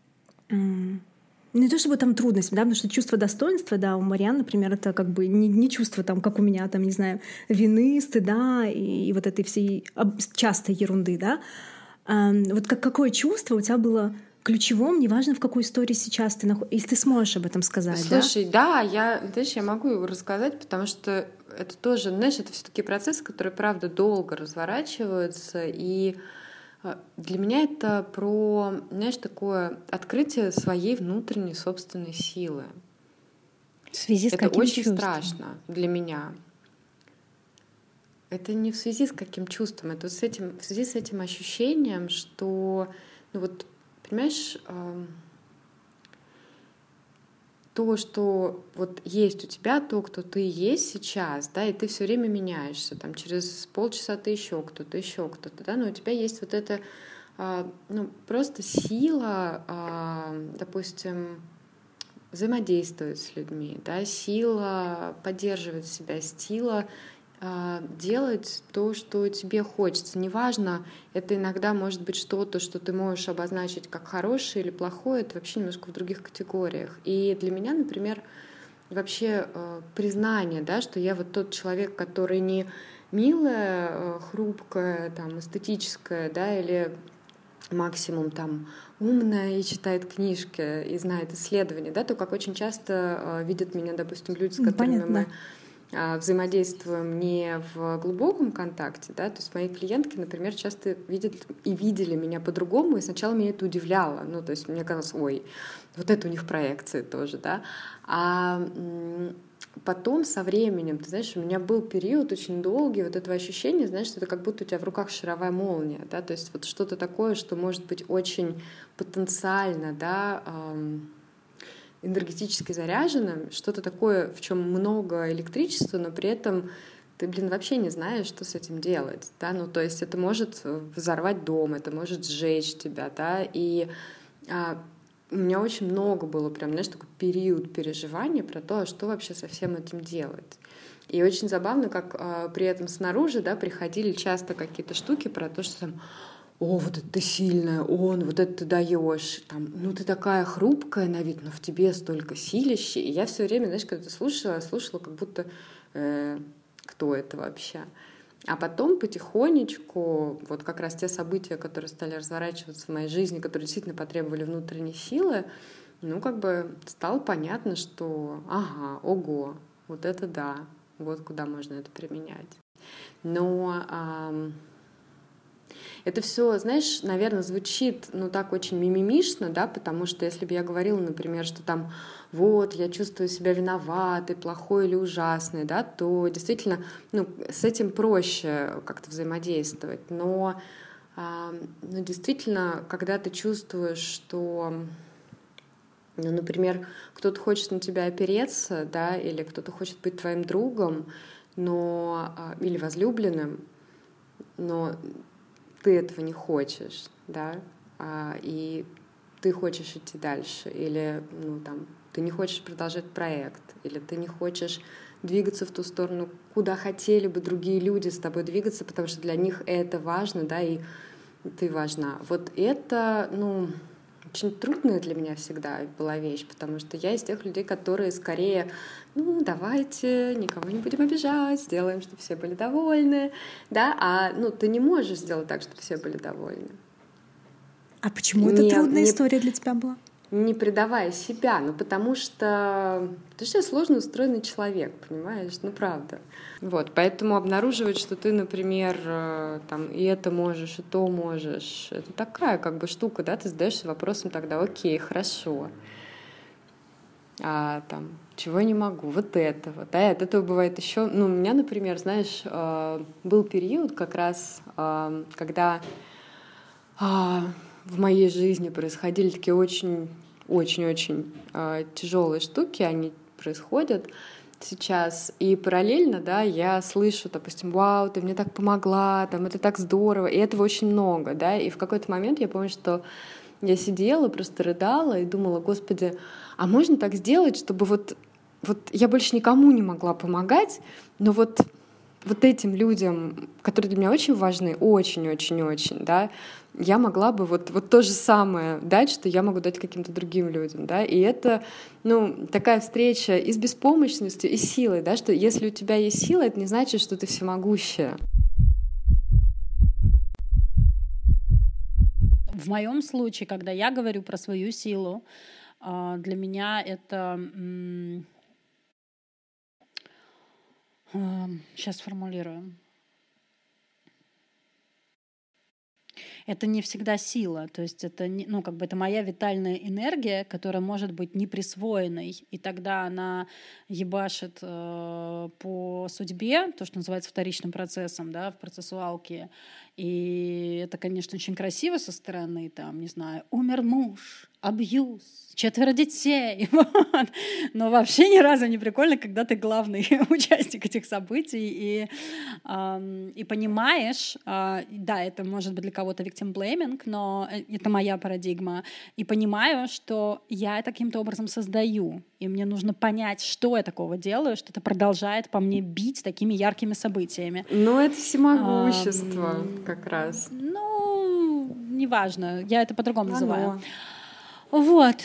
Speaker 3: Не то чтобы там трудности, да, потому что чувство достоинства, да, у Мариан, например, это как бы не чувство там, как у меня, там, не знаю, вины, стыда и вот этой всей частой ерунды, да. Вот какое чувство у тебя было ключевым, неважно, в какой истории сейчас ты находишься, если ты сможешь об этом сказать,
Speaker 2: Слушай, да, я могу его рассказать, потому что это тоже, знаешь, это все-таки процессы, которые, правда, долго разворачиваются, и для меня это про, знаешь, такое открытие своей внутренней собственной силы.
Speaker 1: В связи с
Speaker 2: это
Speaker 1: каким
Speaker 2: очень
Speaker 1: чувством?
Speaker 2: страшно для меня. Это не в связи с каким чувством, это в связи с этим ощущением, что, ну вот, понимаешь, то, что вот есть у тебя, то, кто ты есть сейчас, да, и ты все время меняешься, там через полчаса ты еще кто-то, да, но у тебя есть вот эта, ну, просто сила, допустим, взаимодействовать с людьми, да, сила поддерживать себя, сила делать то, что тебе хочется. Неважно, это иногда может быть что-то, что ты можешь обозначить как хорошее или плохое, это вообще немножко в других категориях. И для меня, например, вообще признание, да, что я вот тот человек, который не милая, хрупкая, там, эстетическая, да, или максимум там умная и читает книжки и знает исследования, да, то как очень часто видят меня, допустим, люди, с которыми мы взаимодействуем не в глубоком контакте, да, то есть мои клиентки, например, часто видят и видели меня по-другому, и сначала меня это удивляло, ну, то есть мне казалось, ой, вот это у них проекции тоже, да, а потом со временем, ты знаешь, у меня был период очень долгий вот этого ощущения, знаешь, что это как будто у тебя в руках шаровая молния, да, то есть вот что-то такое, что может быть очень потенциально, да, энергетически заряженным, что-то такое, в чем много электричества, но при этом ты, вообще не знаешь, что с этим делать, да, ну, то есть это может взорвать дом, это может сжечь тебя, да, и у меня очень много было прям, знаешь, такой период переживания про то, что вообще со всем этим делать. И очень забавно, как при этом снаружи, да, приходили часто какие-то штуки про то, что там, о, вот это ты сильная, вот это ты даешь, там, ну ты такая хрупкая на вид, но в тебе столько силища. И я все время, знаешь, когда это слушала как будто кто это вообще. А потом потихонечку, вот как раз те события, которые стали разворачиваться в моей жизни, которые действительно потребовали внутренней силы, ну как бы стало понятно, что ага, ого, вот это да, вот куда можно это применять. Но это все, знаешь, наверное, звучит, ну, так очень мимимишно, да, потому что если бы я говорила, например, что там, вот, я чувствую себя виноватой, плохой или ужасной, да, то действительно, ну, с этим проще как-то взаимодействовать. Но действительно, когда ты чувствуешь, что, ну, например, кто-то хочет на тебя опереться, да, или кто-то хочет быть твоим другом, но, или возлюбленным, но ты этого не хочешь, да, и ты хочешь идти дальше, или, ну, там, ты не хочешь продолжать проект, или ты не хочешь двигаться в ту сторону, куда хотели бы другие люди с тобой двигаться, потому что для них это важно, да, и ты важна. Вот это, ну, очень трудная для меня всегда была вещь, потому что я из тех людей, которые скорее, ну, давайте никого не будем обижать, сделаем, чтобы все были довольны, да, ну, ты не можешь сделать так, чтобы все были довольны.
Speaker 3: А почему это трудная история для тебя была?
Speaker 2: Не предавая себя, ну, потому что я сложно устроенный человек, понимаешь, ну, правда. Вот, поэтому обнаруживать, что ты, например, там, и это можешь, и то можешь, это такая, как бы, штука, да, ты задаешься вопросом тогда, окей, хорошо, там, чего я не могу, вот этого, да, и от этого бывает еще, ну, у меня, например, знаешь, был период как раз, когда в моей жизни происходили такие очень очень-очень тяжелые штуки, они происходят сейчас. И параллельно, да, я слышу, допустим, вау, ты мне так помогла, там, это так здорово, и этого очень много, да, и в какой-то момент я помню, что я сидела, просто рыдала и думала, господи, а можно так сделать, чтобы вот я больше никому не могла помогать, но вот этим людям, которые для меня очень важны, очень-очень-очень, да, я могла бы вот то же самое дать, что я могу дать каким-то другим людям, да, и это, такая встреча и с беспомощностью, и с силой, да, что если у тебя есть сила, это не значит, что ты всемогущая.
Speaker 1: В моем случае, когда я говорю про свою силу, для меня это... Сейчас сформулирую. Это не всегда сила, то есть это, это моя витальная энергия, которая может быть неприсвоенной, и тогда она ебашит по судьбе, то, что называется вторичным процессом, да, в процессуалке. И это, конечно, очень красиво со стороны, там, не знаю, умер муж, абьюз, 4 детей. Вот. Но вообще ни разу не прикольно, когда ты главный участник этих событий и понимаешь, да, это может быть для кого-то victim blaming, но это моя парадигма, и понимаю, что я каким-то образом создаю, и мне нужно понять, что я такого делаю, что это продолжает по мне бить такими яркими событиями.
Speaker 2: Ну, это всемогущество как раз.
Speaker 1: Неважно, я это по-другому называю. Вот.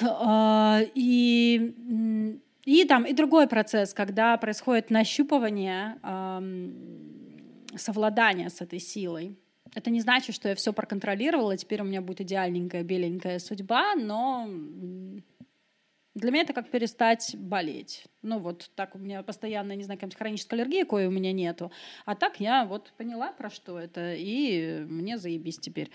Speaker 1: И другой процесс, когда происходит нащупывание, совладание с этой силой. Это не значит, что я все проконтролировала, теперь у меня будет идеальненькая беленькая судьба, но для меня это как перестать болеть. Так у меня постоянно, не знаю, какая-нибудь хроническая аллергия, кое у меня нету. А так я поняла, про что это, и мне заебись теперь.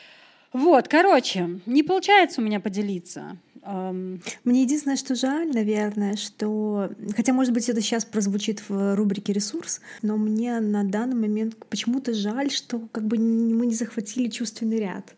Speaker 1: Не получается у меня поделиться.
Speaker 3: Мне единственное, что жаль, наверное, что... Хотя, может быть, это сейчас прозвучит в рубрике «Ресурс», но мне на данный момент почему-то жаль, что мы не захватили чувственный ряд.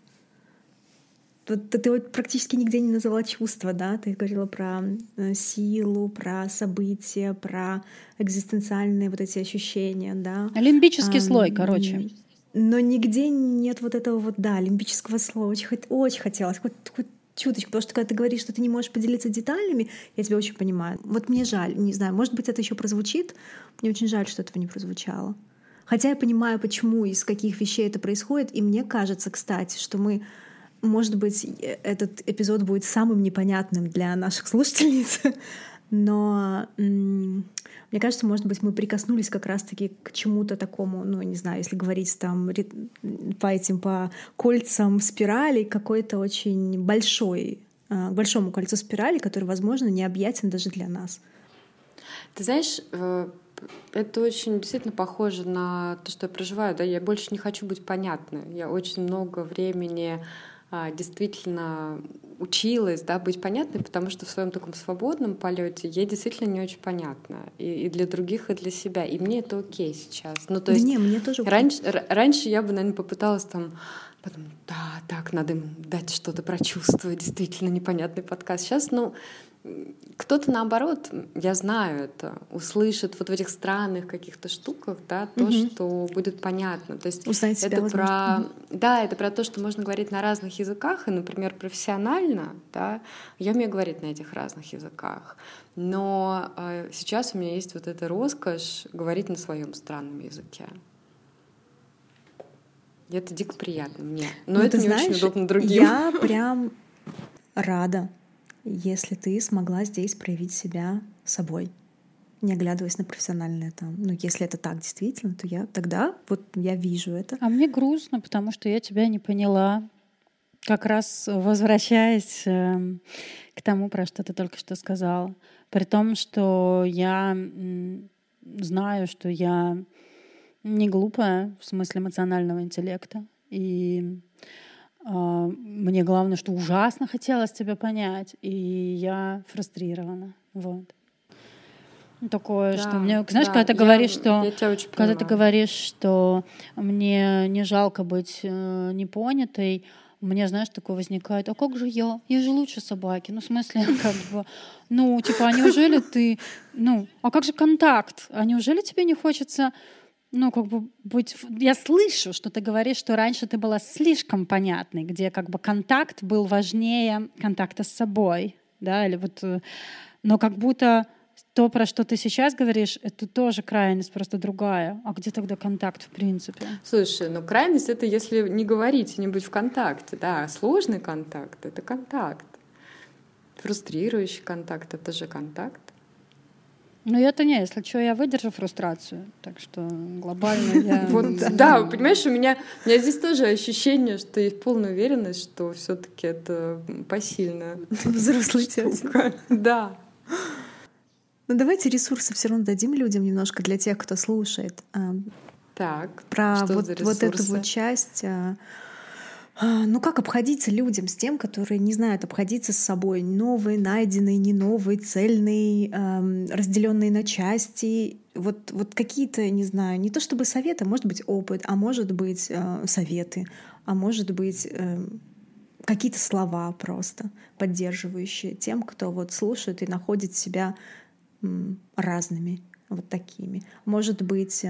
Speaker 3: Ты практически нигде не назвала чувства, да? Ты говорила про силу, про события, про экзистенциальные эти ощущения, да?
Speaker 1: Лимбический слой, короче.
Speaker 3: Но нигде нет этого лимбического слоя. Очень хотелось, хоть чуточку, потому что когда ты говоришь, что ты не можешь поделиться деталями, я тебя очень понимаю. Мне жаль, не знаю, может быть, это еще прозвучит. Мне очень жаль, что этого не прозвучало. Хотя я понимаю, почему, из каких вещей это происходит, и мне кажется, кстати, что может быть, этот эпизод будет самым непонятным для наших слушательниц, но мне кажется, может быть, мы прикоснулись как раз-таки к чему-то такому, не знаю, если говорить по кольцам спирали, какой-то очень большому кольцу спирали, который, возможно, необъятен даже для нас.
Speaker 2: Ты знаешь, это очень действительно похоже на то, что я проживаю. Да? Я больше не хочу быть понятной. Я очень много времени действительно училась, да, быть понятной, потому что в своем таком свободном полете я действительно не очень понятна. И для других, и для себя. И мне это окей сейчас. То есть
Speaker 3: мне тоже
Speaker 2: раньше я бы, наверное, попыталась потом, надо им дать что-то про чувства, действительно непонятный подкаст. Сейчас, кто-то, наоборот, я знаю это, услышит в этих странных каких-то штуках, да, то, что будет понятно. То есть это про то, что можно говорить на разных языках, и, например, профессионально, да, я умею говорить на этих разных языках. Но сейчас у меня есть эта роскошь говорить на своем странном языке. И это дико приятно мне. Но это не очень удобно другим.
Speaker 3: Я прям рада, если ты смогла здесь проявить себя собой, не оглядываясь на профессиональное если это так действительно, то я вижу это.
Speaker 1: А мне грустно, потому что я тебя не поняла. Как раз возвращаясь к тому, про что ты только что сказала. При том, что я знаю, что я не глупая в смысле эмоционального интеллекта. И мне главное, что ужасно хотелось тебя понять, и я фрустрирована. Такое, что мне, знаешь, когда ты говоришь, что мне не жалко быть непонятой, у меня, знаешь, такое возникает: а как же я? Я же лучше собаки. Ну, в смысле, как бы, ну, типа, а неужели ты, ну, а как же контакт? А неужели тебе не хочется, ну, как бы быть... Я слышу, что ты говоришь, что раньше ты была слишком понятной, где как бы контакт был важнее контакта с собой, да, или вот... Но как будто то, про что ты сейчас говоришь, это тоже крайность, просто другая. А где тогда контакт, в принципе?
Speaker 2: Слушай, ну крайность — это если не говорить, не быть в контакте. Да, сложный контакт — это контакт. Фрустрирующий контакт — это же контакт.
Speaker 1: Ну, это не, если что, я выдержу фрустрацию. Так что глобально я...
Speaker 2: Вот, да, понимаешь, у меня здесь тоже ощущение, что есть полная уверенность, что все-таки это посильно.
Speaker 3: Взрослый тетя.
Speaker 2: Да.
Speaker 3: Ну, давайте ресурсы все равно дадим людям немножко для тех, кто слушает.
Speaker 2: Так,
Speaker 3: про
Speaker 2: что
Speaker 3: вот,
Speaker 2: за
Speaker 3: вот эту
Speaker 2: ресурсы?
Speaker 3: вот часть. Ну, как обходиться людям с тем, которые не знают обходиться с собой? Новый, найденный, не новый, цельный, разделенный на части. Вот какие-то, не знаю, не то чтобы советы, может быть, опыт, а может быть, советы, а может быть, какие-то слова просто поддерживающие тем, кто вот слушает и находит себя разными, вот такими. Может быть,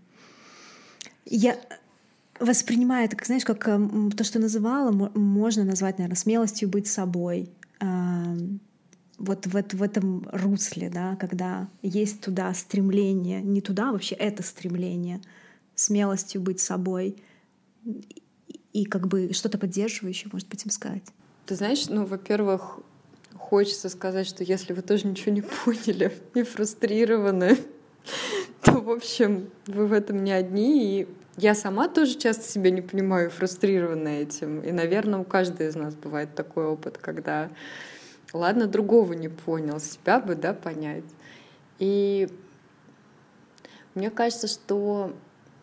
Speaker 3: я воспринимаю это, знаешь, как то, что называла, можно назвать, наверное, смелостью быть собой. Вот в этом русле, да, когда есть туда стремление, не туда, вообще это стремление, смелостью быть собой и как бы что-то поддерживающее, может быть, им сказать.
Speaker 2: Ты знаешь, ну, во-первых, хочется сказать, что если вы тоже ничего не поняли и фрустрированы, то, в общем, вы в этом не одни. И я сама тоже часто себя не понимаю, фрустрирована этим. И, наверное, у каждой из нас бывает такой опыт, когда, ладно, другого не понял, себя бы, да, понять. И мне кажется, что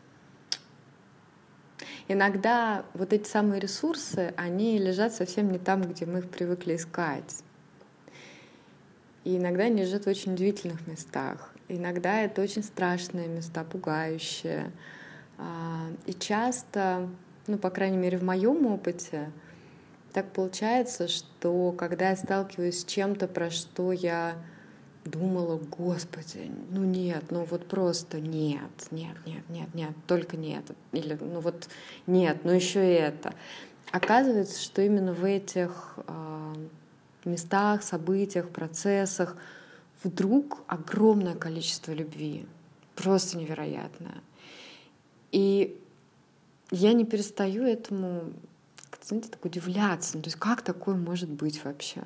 Speaker 2: иногда вот эти самые ресурсы, они лежат совсем не там, где мы их привыкли искать. И иногда они лежат в очень удивительных местах. Иногда это очень страшные места, пугающие. И часто, ну, по крайней мере, в моем опыте, так получается, что когда я сталкиваюсь с чем-то, про что я думала: Господи, ну нет, ну вот просто нет, только нет. Или ну вот нет, ну еще и это. Оказывается, что именно в этих местах, событиях, процессах вдруг огромное количество любви. Просто невероятное. И я не перестаю этому, знаете, так удивляться. Ну, то есть как такое может быть вообще?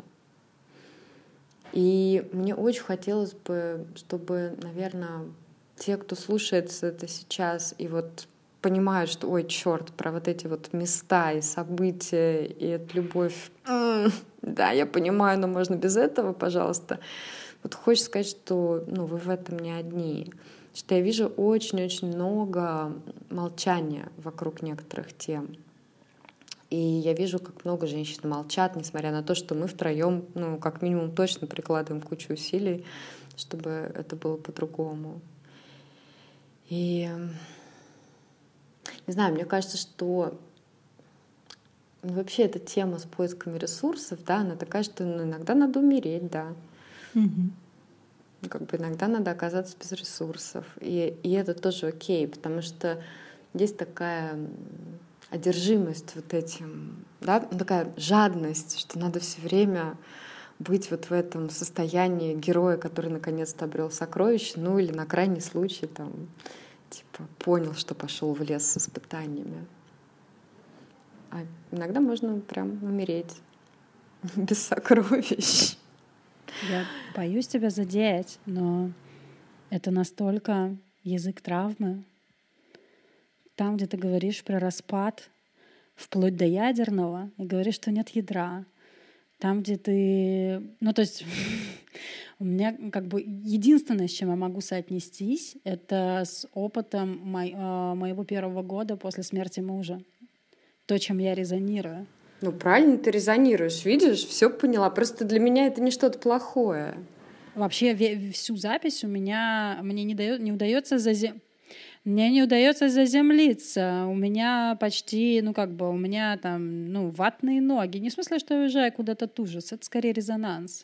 Speaker 2: И мне очень хотелось бы, чтобы, наверное, те, кто слушает это сейчас и вот понимают, что, ой, черт, про вот эти вот места и события, и эту любовь, да, я понимаю, но можно без этого, пожалуйста. Вот хочется сказать, что ну, вы в этом не одни. Что я вижу очень-очень много молчания вокруг некоторых тем. И я вижу, как много женщин молчат, несмотря на то, что мы втроем, ну, как минимум, точно прикладываем кучу усилий, чтобы это было по-другому. И не знаю, мне кажется, что вообще эта тема с поисками ресурсов, да, она такая, что ну, иногда надо умереть, да. Как бы иногда надо оказаться без ресурсов. И это тоже окей, потому что есть такая одержимость вот этим, да, такая жадность, что надо все время быть вот в этом состоянии героя, который наконец-то обрел сокровище, ну или на крайний случай там, типа, понял, что пошел в лес с испытаниями. А иногда можно прям умереть без сокровищ.
Speaker 1: Я боюсь тебя задеть, но это настолько язык травмы. Там, где ты говоришь про распад, вплоть до ядерного, и говоришь, что нет ядра. Там, где ты... Ну, то есть у меня как бы единственное, с чем я могу соотнестись, это с опытом моего первого года после смерти мужа. То, чем я резонирую.
Speaker 2: Ну, правильно ты резонируешь, видишь, все поняла. Просто для меня это не что-то плохое.
Speaker 1: Вообще всю запись у меня... Мне не удается Мне не удается заземлиться. У меня почти, у меня там, ватные ноги. Не в смысле, что я уезжаю куда-то тужиться. Это скорее резонанс.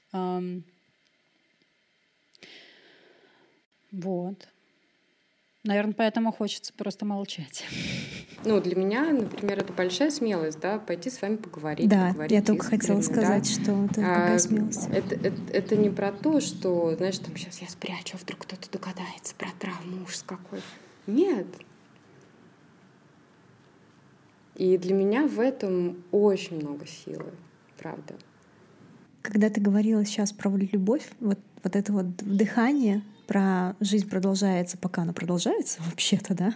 Speaker 1: Вот. Наверное, поэтому хочется просто молчать.
Speaker 2: Для меня, например, это большая смелость, да, пойти с вами поговорить.
Speaker 3: Да,
Speaker 2: поговорить
Speaker 3: я только
Speaker 2: искренне,
Speaker 3: хотела сказать, что это какая смелость.
Speaker 2: Это не про то, что, знаешь, там сейчас я спрячу, а вдруг кто-то догадается про травму, ужас какой. Нет. И для меня в этом очень много силы, правда.
Speaker 3: Когда ты говорила сейчас про любовь, вот это вот вдыхание, про жизнь продолжается, пока она продолжается, вообще-то, да,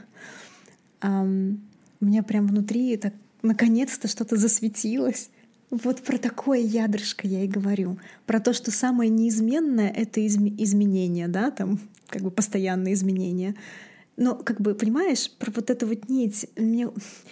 Speaker 3: у меня прям внутри так наконец-то что-то засветилось. Вот про такое ядрышко я и говорю. Про то, что самое неизменное — это изменение, да, там как бы постоянные изменения. Но как бы, понимаешь, про вот эту вот нить меня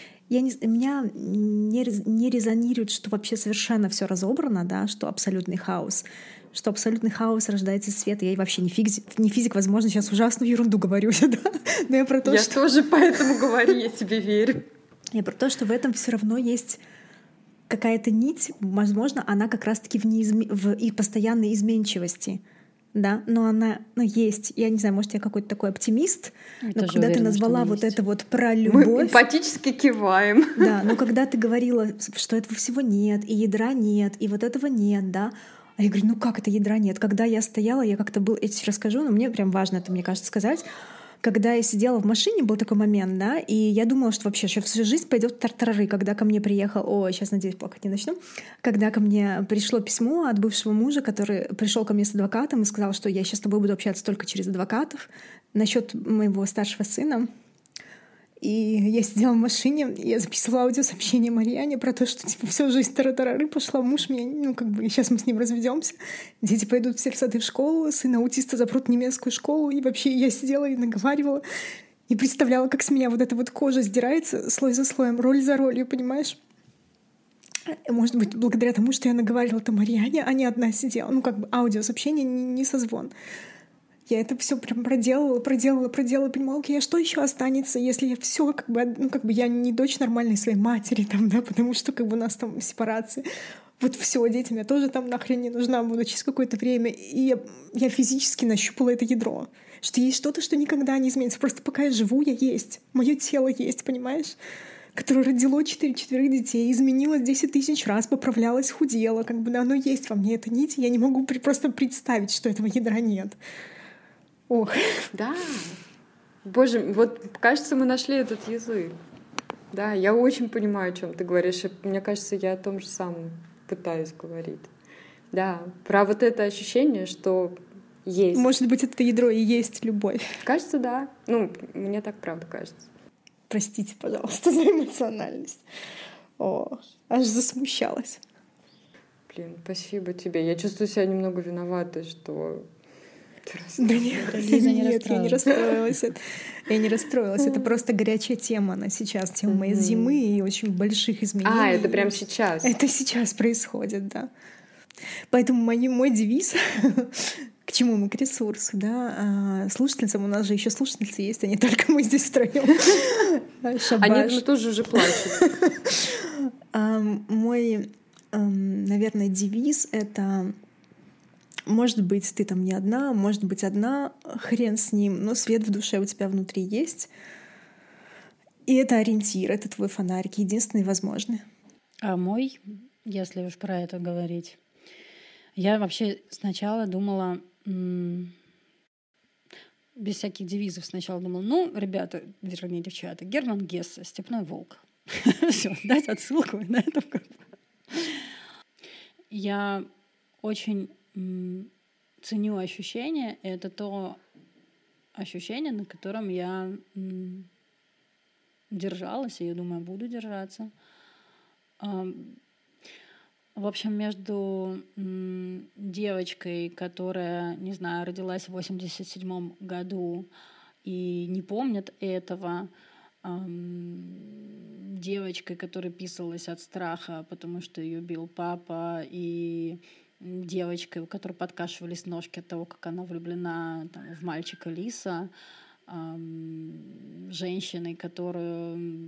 Speaker 3: не резонирует, что вообще совершенно все разобрано, да, что абсолютный хаос. Что абсолютный хаос рождается из света. Я вообще не физик, возможно, сейчас ужасную ерунду говорю, да? Но я про то,
Speaker 2: что... тоже поэтому говорю, я тебе верю.
Speaker 3: Я про то, что в этом все равно есть какая-то нить, возможно, она как раз-таки в и постоянной изменчивости. Да, но она есть. Я не знаю, может, я какой-то такой оптимист, но когда ты назвала вот это вот про любовь...
Speaker 2: Мы эмпатически киваем.
Speaker 3: Да, но когда ты говорила, что этого всего нет, и ядра нет, и вот этого нет, да, а я говорю, как это ядра нет? Когда я стояла, я как-то я тебе расскажу, но мне прям важно это, мне кажется, сказать. Когда я сидела в машине, был такой момент, да, и я думала, что вообще всю жизнь пойдет в тартарары, когда ко мне приехал, сейчас, надеюсь, плакать не начну, когда ко мне пришло письмо от бывшего мужа, который пришел ко мне с адвокатом и сказал, что я сейчас с тобой буду общаться только через адвокатов насчет моего старшего сына. И я сидела в машине, и я записывала аудиосообщение Марьяне про то, что всю жизнь тара-тарары пошла, муж меня, сейчас мы с ним разведемся, дети пойдут все в сады в школу, сына аутиста запрут в немецкую школу, и вообще я сидела и наговаривала, и представляла, как с меня вот эта вот кожа сдирается слой за слоем, роль за ролью, понимаешь? Может быть, благодаря тому, что я наговаривала это Марьяне, а не одна сидела, аудиосообщение, не созвон. Я это все прям проделала, понимала, окей, а что еще останется, если я все я не дочь нормальной своей матери, там, да, потому что у нас там сепарация. Вот все, детям я тоже там нахрен не нужна буду через какое-то время. И я физически нащупала это ядро, что есть что-то, что никогда не изменится. Просто пока я живу, я есть. Мое тело есть, понимаешь? Которое родило 4 детей, изменилось 10 тысяч раз, поправлялось, худела. Оно есть во мне, эта нить. Я не могу просто представить, что этого ядра нет. Ох.
Speaker 2: Да. Боже, вот кажется, мы нашли этот язык. Да, я очень понимаю, о чем ты говоришь. И мне кажется, я о том же самом пытаюсь говорить. Да, про вот это ощущение, что есть.
Speaker 3: Может быть, это ядро и есть любовь.
Speaker 2: Кажется, да. Мне так правда кажется.
Speaker 3: Простите, пожалуйста, за эмоциональность. Аж засмущалась.
Speaker 2: Блин, спасибо тебе. Я чувствую себя немного виноватой, что...
Speaker 3: Да нет, я не расстроилась. Я не расстроилась. Это просто горячая тема. Она сейчас тема моей зимы и очень больших изменений.
Speaker 2: Это прямо сейчас?
Speaker 3: Это сейчас происходит, да. Поэтому мой девиз к чему мы? К ресурсу, да. Слушательницам, у нас же еще слушательницы есть, а не только мы здесь втроем.
Speaker 2: Они тоже уже плачут.
Speaker 3: Мой, наверное, девиз — это: может быть, ты там не одна, может быть, одна, хрен с ним, но свет в душе у тебя внутри есть. И это ориентир, это твой фонарик, единственный возможный.
Speaker 1: А мой, если уж про это говорить, я вообще сначала думала, без всяких девизов сначала думала, ребята, вернее, девчата, Герман Гессе, «Степной волк». Все, дать отсылку на это. Я очень ценю ощущение. Это то ощущение, на котором я держалась, и я думаю, буду держаться. В общем, между девочкой, которая, не знаю, родилась в 87 году и не помнит этого, девочкой, которая писалась от страха, потому что ее бил папа, и девочкой, у которой подкашивались ножки от того, как она влюблена в мальчика Лиса, женщиной, которую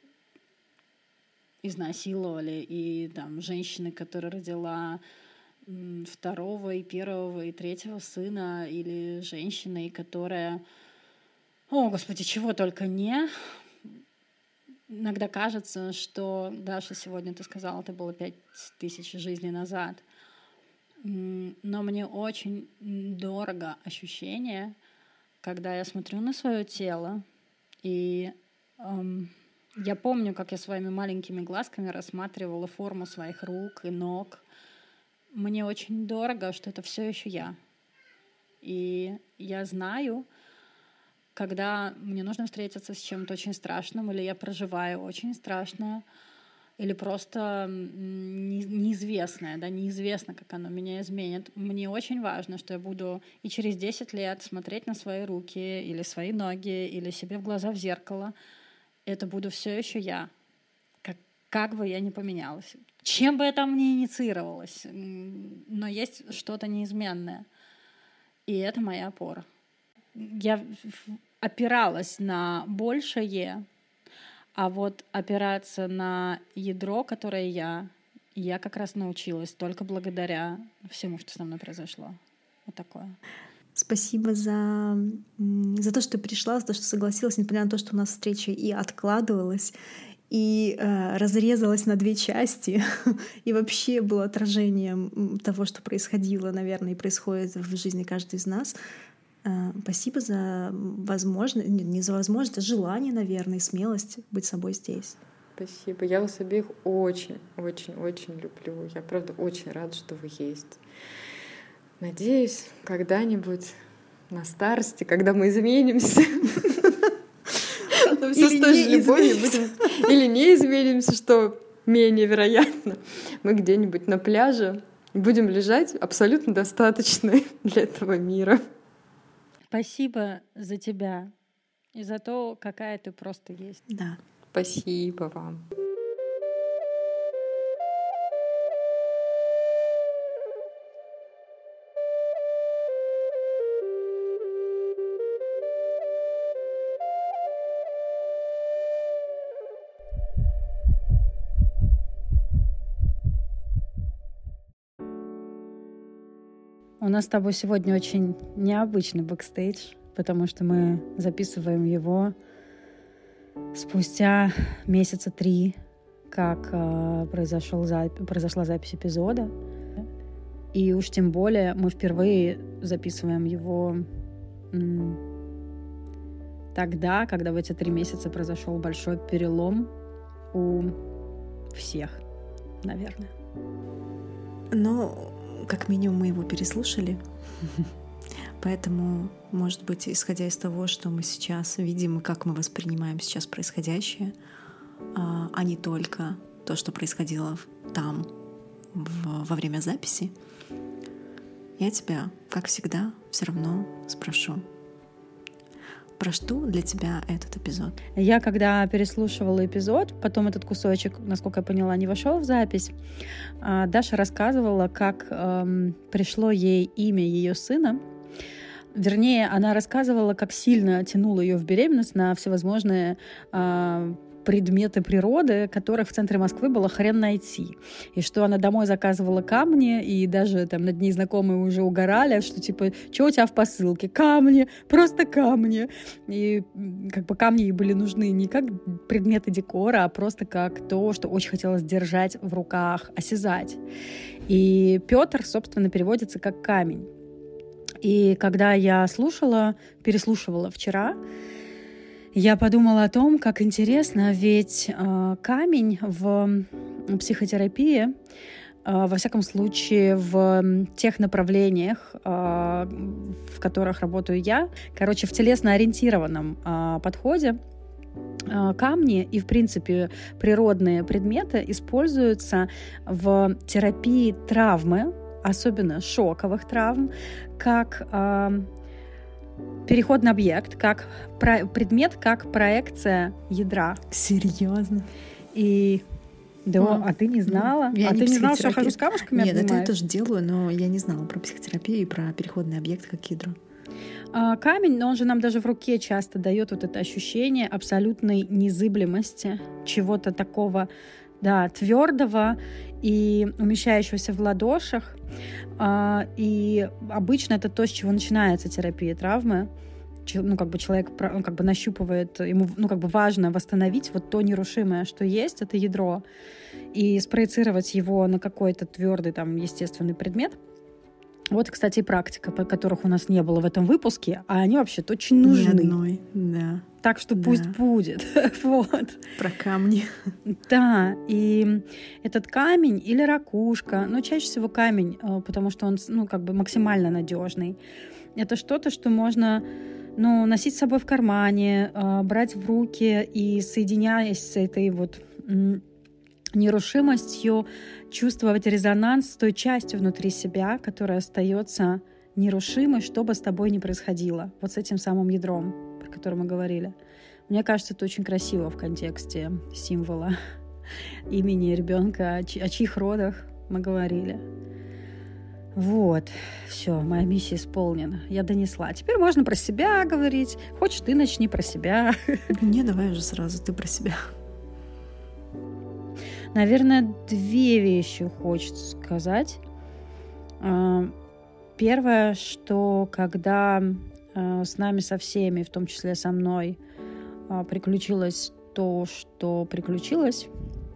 Speaker 1: изнасиловали, и там женщиной, которая родила второго, и первого, и третьего сына, или женщиной, которая, о, Господи, чего только не. Иногда кажется, что, Даша, сегодня ты сказала, это было 5000 жизней назад, но мне очень дорого ощущение, когда я смотрю на свое тело, и я помню, как я своими маленькими глазками рассматривала форму своих рук и ног. Мне очень дорого, что это все еще я. И я знаю, когда мне нужно встретиться с чем-то очень страшным, или я проживаю очень страшное, или просто неизвестное, да, неизвестно, как оно меня изменит. Мне очень важно, что я буду и через 10 лет смотреть на свои руки, или свои ноги, или себе в глаза в зеркало. Это буду все еще я, как бы я ни поменялась. Чем бы я там ни инициировалась, но есть что-то неизменное. И это моя опора. Я опиралась на большее, а вот опираться на ядро, которое я как раз научилась только благодаря всему, что со мной произошло. Вот такое.
Speaker 3: Спасибо за то, что ты пришла, за то, что согласилась, несмотря на то, что у нас встреча и откладывалась, и разрезалась на 2 части, и вообще было отражением того, что происходило, наверное, и происходит в жизни каждой из нас. Спасибо за возможность, не за возможность, а желание, наверное, и смелость быть собой здесь.
Speaker 2: Спасибо. Я вас обеих очень-очень-очень люблю. Я, правда, очень рада, что вы есть. Надеюсь, когда-нибудь на старости, когда мы изменимся, все с той же любовью будем, или не изменимся, что менее вероятно, мы где-нибудь на пляже будем лежать абсолютно достаточно для этого мира.
Speaker 1: Спасибо за тебя и за то, какая ты просто есть.
Speaker 3: Да.
Speaker 2: Спасибо вам.
Speaker 1: У нас с тобой сегодня очень необычный бэкстейдж, потому что мы записываем его спустя 3 месяца, как произошла запись эпизода. И уж тем более мы впервые записываем его тогда, когда в эти 3 месяца произошел большой перелом у всех, наверное.
Speaker 3: Но как минимум мы его переслушали. Поэтому, может быть, исходя из того, что мы сейчас видим и как мы воспринимаем сейчас происходящее, а не только то, что происходило там во время записи, я тебя, как всегда, все равно спрошу: про что для тебя этот эпизод?
Speaker 1: Я, когда переслушивала эпизод, потом этот кусочек, насколько я поняла, не вошел в запись, Даша рассказывала, как пришло ей имя ее сына. Вернее, она рассказывала, как сильно тянуло ее в беременность на всевозможные предметы природы, которых в центре Москвы было хрен найти. И что она домой заказывала камни, и даже там над ней знакомые уже угорали, что типа, что у тебя в посылке? Камни, просто камни. И как бы камни ей были нужны не как предметы декора, а просто как то, что очень хотелось держать в руках, осязать. И Петр, собственно, переводится как камень. И когда я переслушивала вчера, я подумала о том, как интересно, ведь камень в психотерапии, во всяком случае в тех направлениях, в которых работаю я, в телесно-ориентированном подходе, камни и, в принципе, природные предметы используются в терапии травмы, особенно шоковых травм, как переходный объект, как предмет, как проекция ядра.
Speaker 3: Серьезно?
Speaker 1: И а ты не знала?
Speaker 3: Я
Speaker 1: ты не знала, что я хожу с камушками?
Speaker 3: Нет, это я тоже делаю, но я не знала про психотерапию и про переходный объект как ядро.
Speaker 1: Камень, но он же нам даже в руке часто дает вот это ощущение абсолютной незыблемости, чего-то такого, да, твердого и умещающегося в ладошах. И обычно это то, с чего начинается терапия травмы. Человек нащупывает, ему важно восстановить вот то нерушимое, что есть, это ядро, и спроецировать его на какой-то твердый, естественный предмет. Вот, кстати, и практика, по которых у нас не было в этом выпуске, а они вообще-то очень нужны.
Speaker 3: Ни одной, да.
Speaker 1: Так что пусть будет. Вот.
Speaker 3: Про камни.
Speaker 1: Да, и этот камень или ракушка, чаще всего камень, потому что он, максимально надежный. Это что-то, что можно, носить с собой в кармане, брать в руки и, соединяясь с этой вот нерушимостью, чувствовать резонанс с той частью внутри себя, которая остается нерушимой, что бы с тобой ни происходило. Вот с этим самым ядром, про которое мы говорили. Мне кажется, это очень красиво в контексте символа имени ребенка, о чьих родах мы говорили. Вот, все, моя миссия исполнена. Я донесла. Теперь можно про себя говорить. Хочешь, ты начни про себя.
Speaker 3: Не, давай уже сразу, ты про себя.
Speaker 1: Наверное, две вещи хочется сказать. Первое, что когда с нами со всеми, в том числе со мной, приключилось то, что приключилось,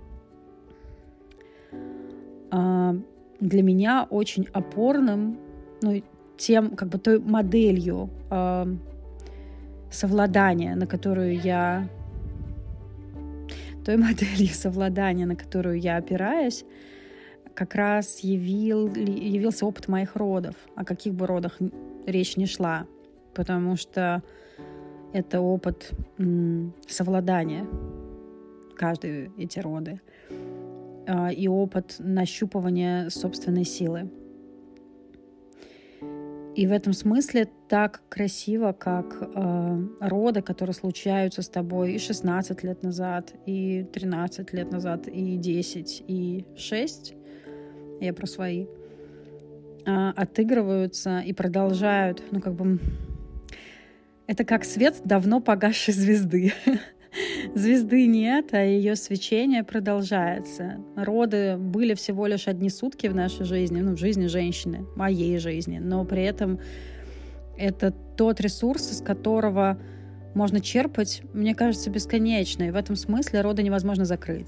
Speaker 1: для меня очень опорным, тем, той моделью совладания, на которую я опираюсь, как раз явился опыт моих родов. О каких бы родах речь не шла, потому что это опыт совладания, каждые эти роды, и опыт нащупывания собственной силы. И в этом смысле так красиво, как роды, которые случаются с тобой и 16 лет назад, и 13 лет назад, и 10, и 6, я про свои, отыгрываются и продолжают, это как свет давно погасшей звезды. Звезды нет, а ее свечение продолжается. Роды были всего лишь одни сутки в нашей жизни, в жизни женщины, моей жизни, но при этом это тот ресурс, из которого можно черпать, мне кажется, бесконечно. И в этом смысле роды невозможно закрыть.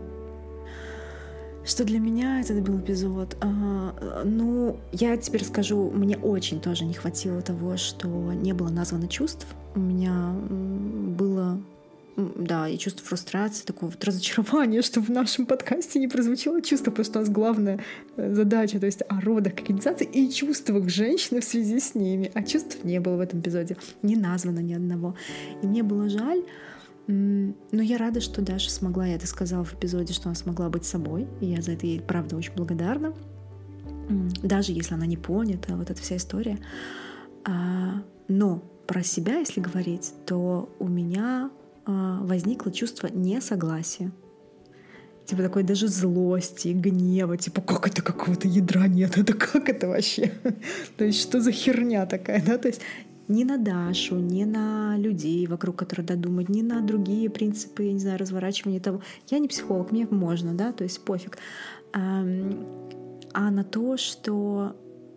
Speaker 3: Что для меня этот был эпизод? Я теперь скажу, мне очень тоже не хватило того, что не было названо чувств. У меня было... Да, и чувство фрустрации, такое вот разочарование, что в нашем подкасте не прозвучало чувство, потому что у нас главная задача, то есть о родах, как инициации и чувствах женщины в связи с ними. А чувств не было в этом эпизоде, не названо ни одного. И мне было жаль, но я рада, что Даша смогла, я это сказала в эпизоде, что она смогла быть собой, и я за это ей, правда, очень благодарна. Даже если она не понята, вот эта вся история. Но про себя, если говорить, то у меня возникло чувство несогласия. Такой даже злости, гнева. Как это какого-то ядра нет? Это как это вообще? То есть что за херня такая? Да? То есть ни на Дашу, ни на людей, вокруг которых додумать, ни на другие принципы, я не знаю, разворачивания того. Я не психолог, мне можно, да, то есть пофиг. А на то, что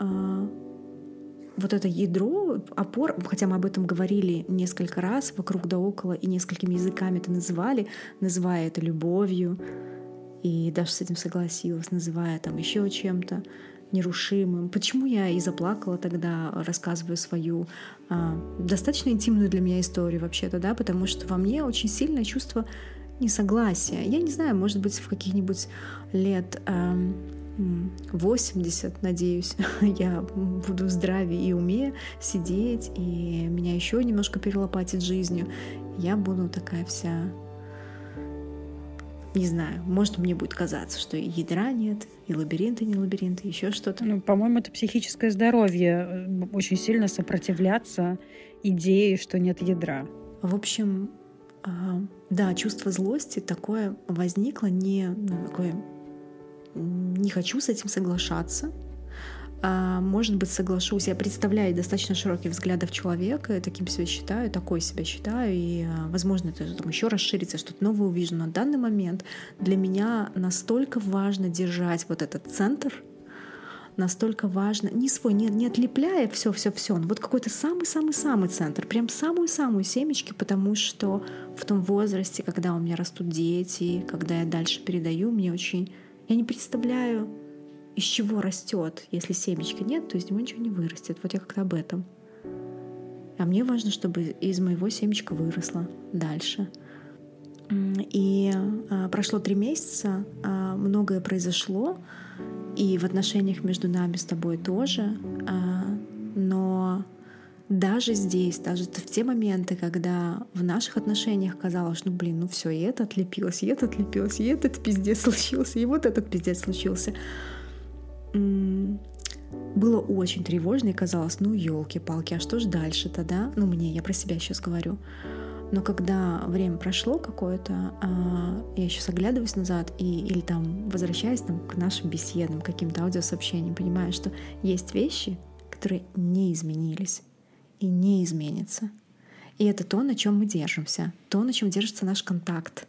Speaker 3: вот это ядро, опор, хотя мы об этом говорили несколько раз вокруг да около и несколькими языками это называли, называя это любовью, и Даша с этим согласилась, называя еще чем-то нерушимым. Почему я и заплакала тогда, рассказывая свою достаточно интимную для меня историю вообще-то, да, потому что во мне очень сильное чувство несогласия. Я не знаю, может быть, в каких-нибудь лет 80, надеюсь, я буду в здравии и уме сидеть, и меня еще немножко перелопатит жизнью. Я буду такая вся... Не знаю, может, мне будет казаться, что и ядра нет, и лабиринты не лабиринты, еще что-то.
Speaker 1: По-моему, это психическое здоровье. Очень сильно сопротивляться идее, что нет ядра.
Speaker 3: В общем, да, чувство злости такое возникло, не хочу с этим соглашаться. может быть, соглашусь. Я представляю достаточно широких взглядов человека, таким себя считаю, такой себя считаю, и, возможно, это там еще расширится, что-то новое увижу. Но на данный момент для меня настолько важно держать вот этот центр, настолько важно, не свой, не отлепляя все, но вот какой-то самый-самый-самый центр, прям самую-самую семечки, потому что в том возрасте, когда у меня растут дети, когда я дальше передаю, я не представляю, из чего растет. Если семечка нет, то из него ничего не вырастет. Вот я как-то об этом. А мне важно, чтобы из моего семечка выросло дальше. И прошло 3 месяца, многое произошло, и в отношениях между нами с тобой тоже. Но даже здесь, даже в те моменты, когда в наших отношениях казалось, все, и это отлепилось, и это отлепилось, и этот пиздец случился, и вот этот пиздец случился, было очень тревожно, и казалось, елки-палки, а что ж дальше-то, да? Я про себя сейчас говорю. Но когда время прошло какое-то, я сейчас оглядываюсь назад или там возвращаюсь к нашим беседам, каким-то аудиосообщениям, понимаю, что есть вещи, которые не изменились и не изменятся. И это то, на чем мы держимся, то, на чем держится наш контакт.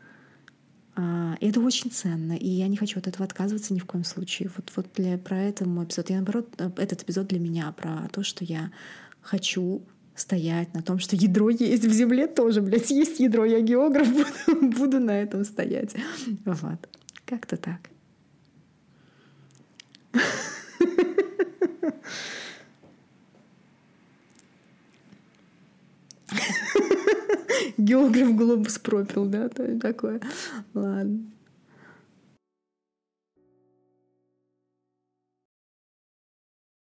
Speaker 3: И это очень ценно, и я не хочу от этого отказываться ни в коем случае. Про это мой эпизод. И наоборот, этот эпизод для меня про то, что я хочу стоять на том, что ядро есть в земле тоже, есть ядро, я географ, буду на этом стоять. Вот. Как-то так. Географ глобус пропил, да, то такое. Ладно.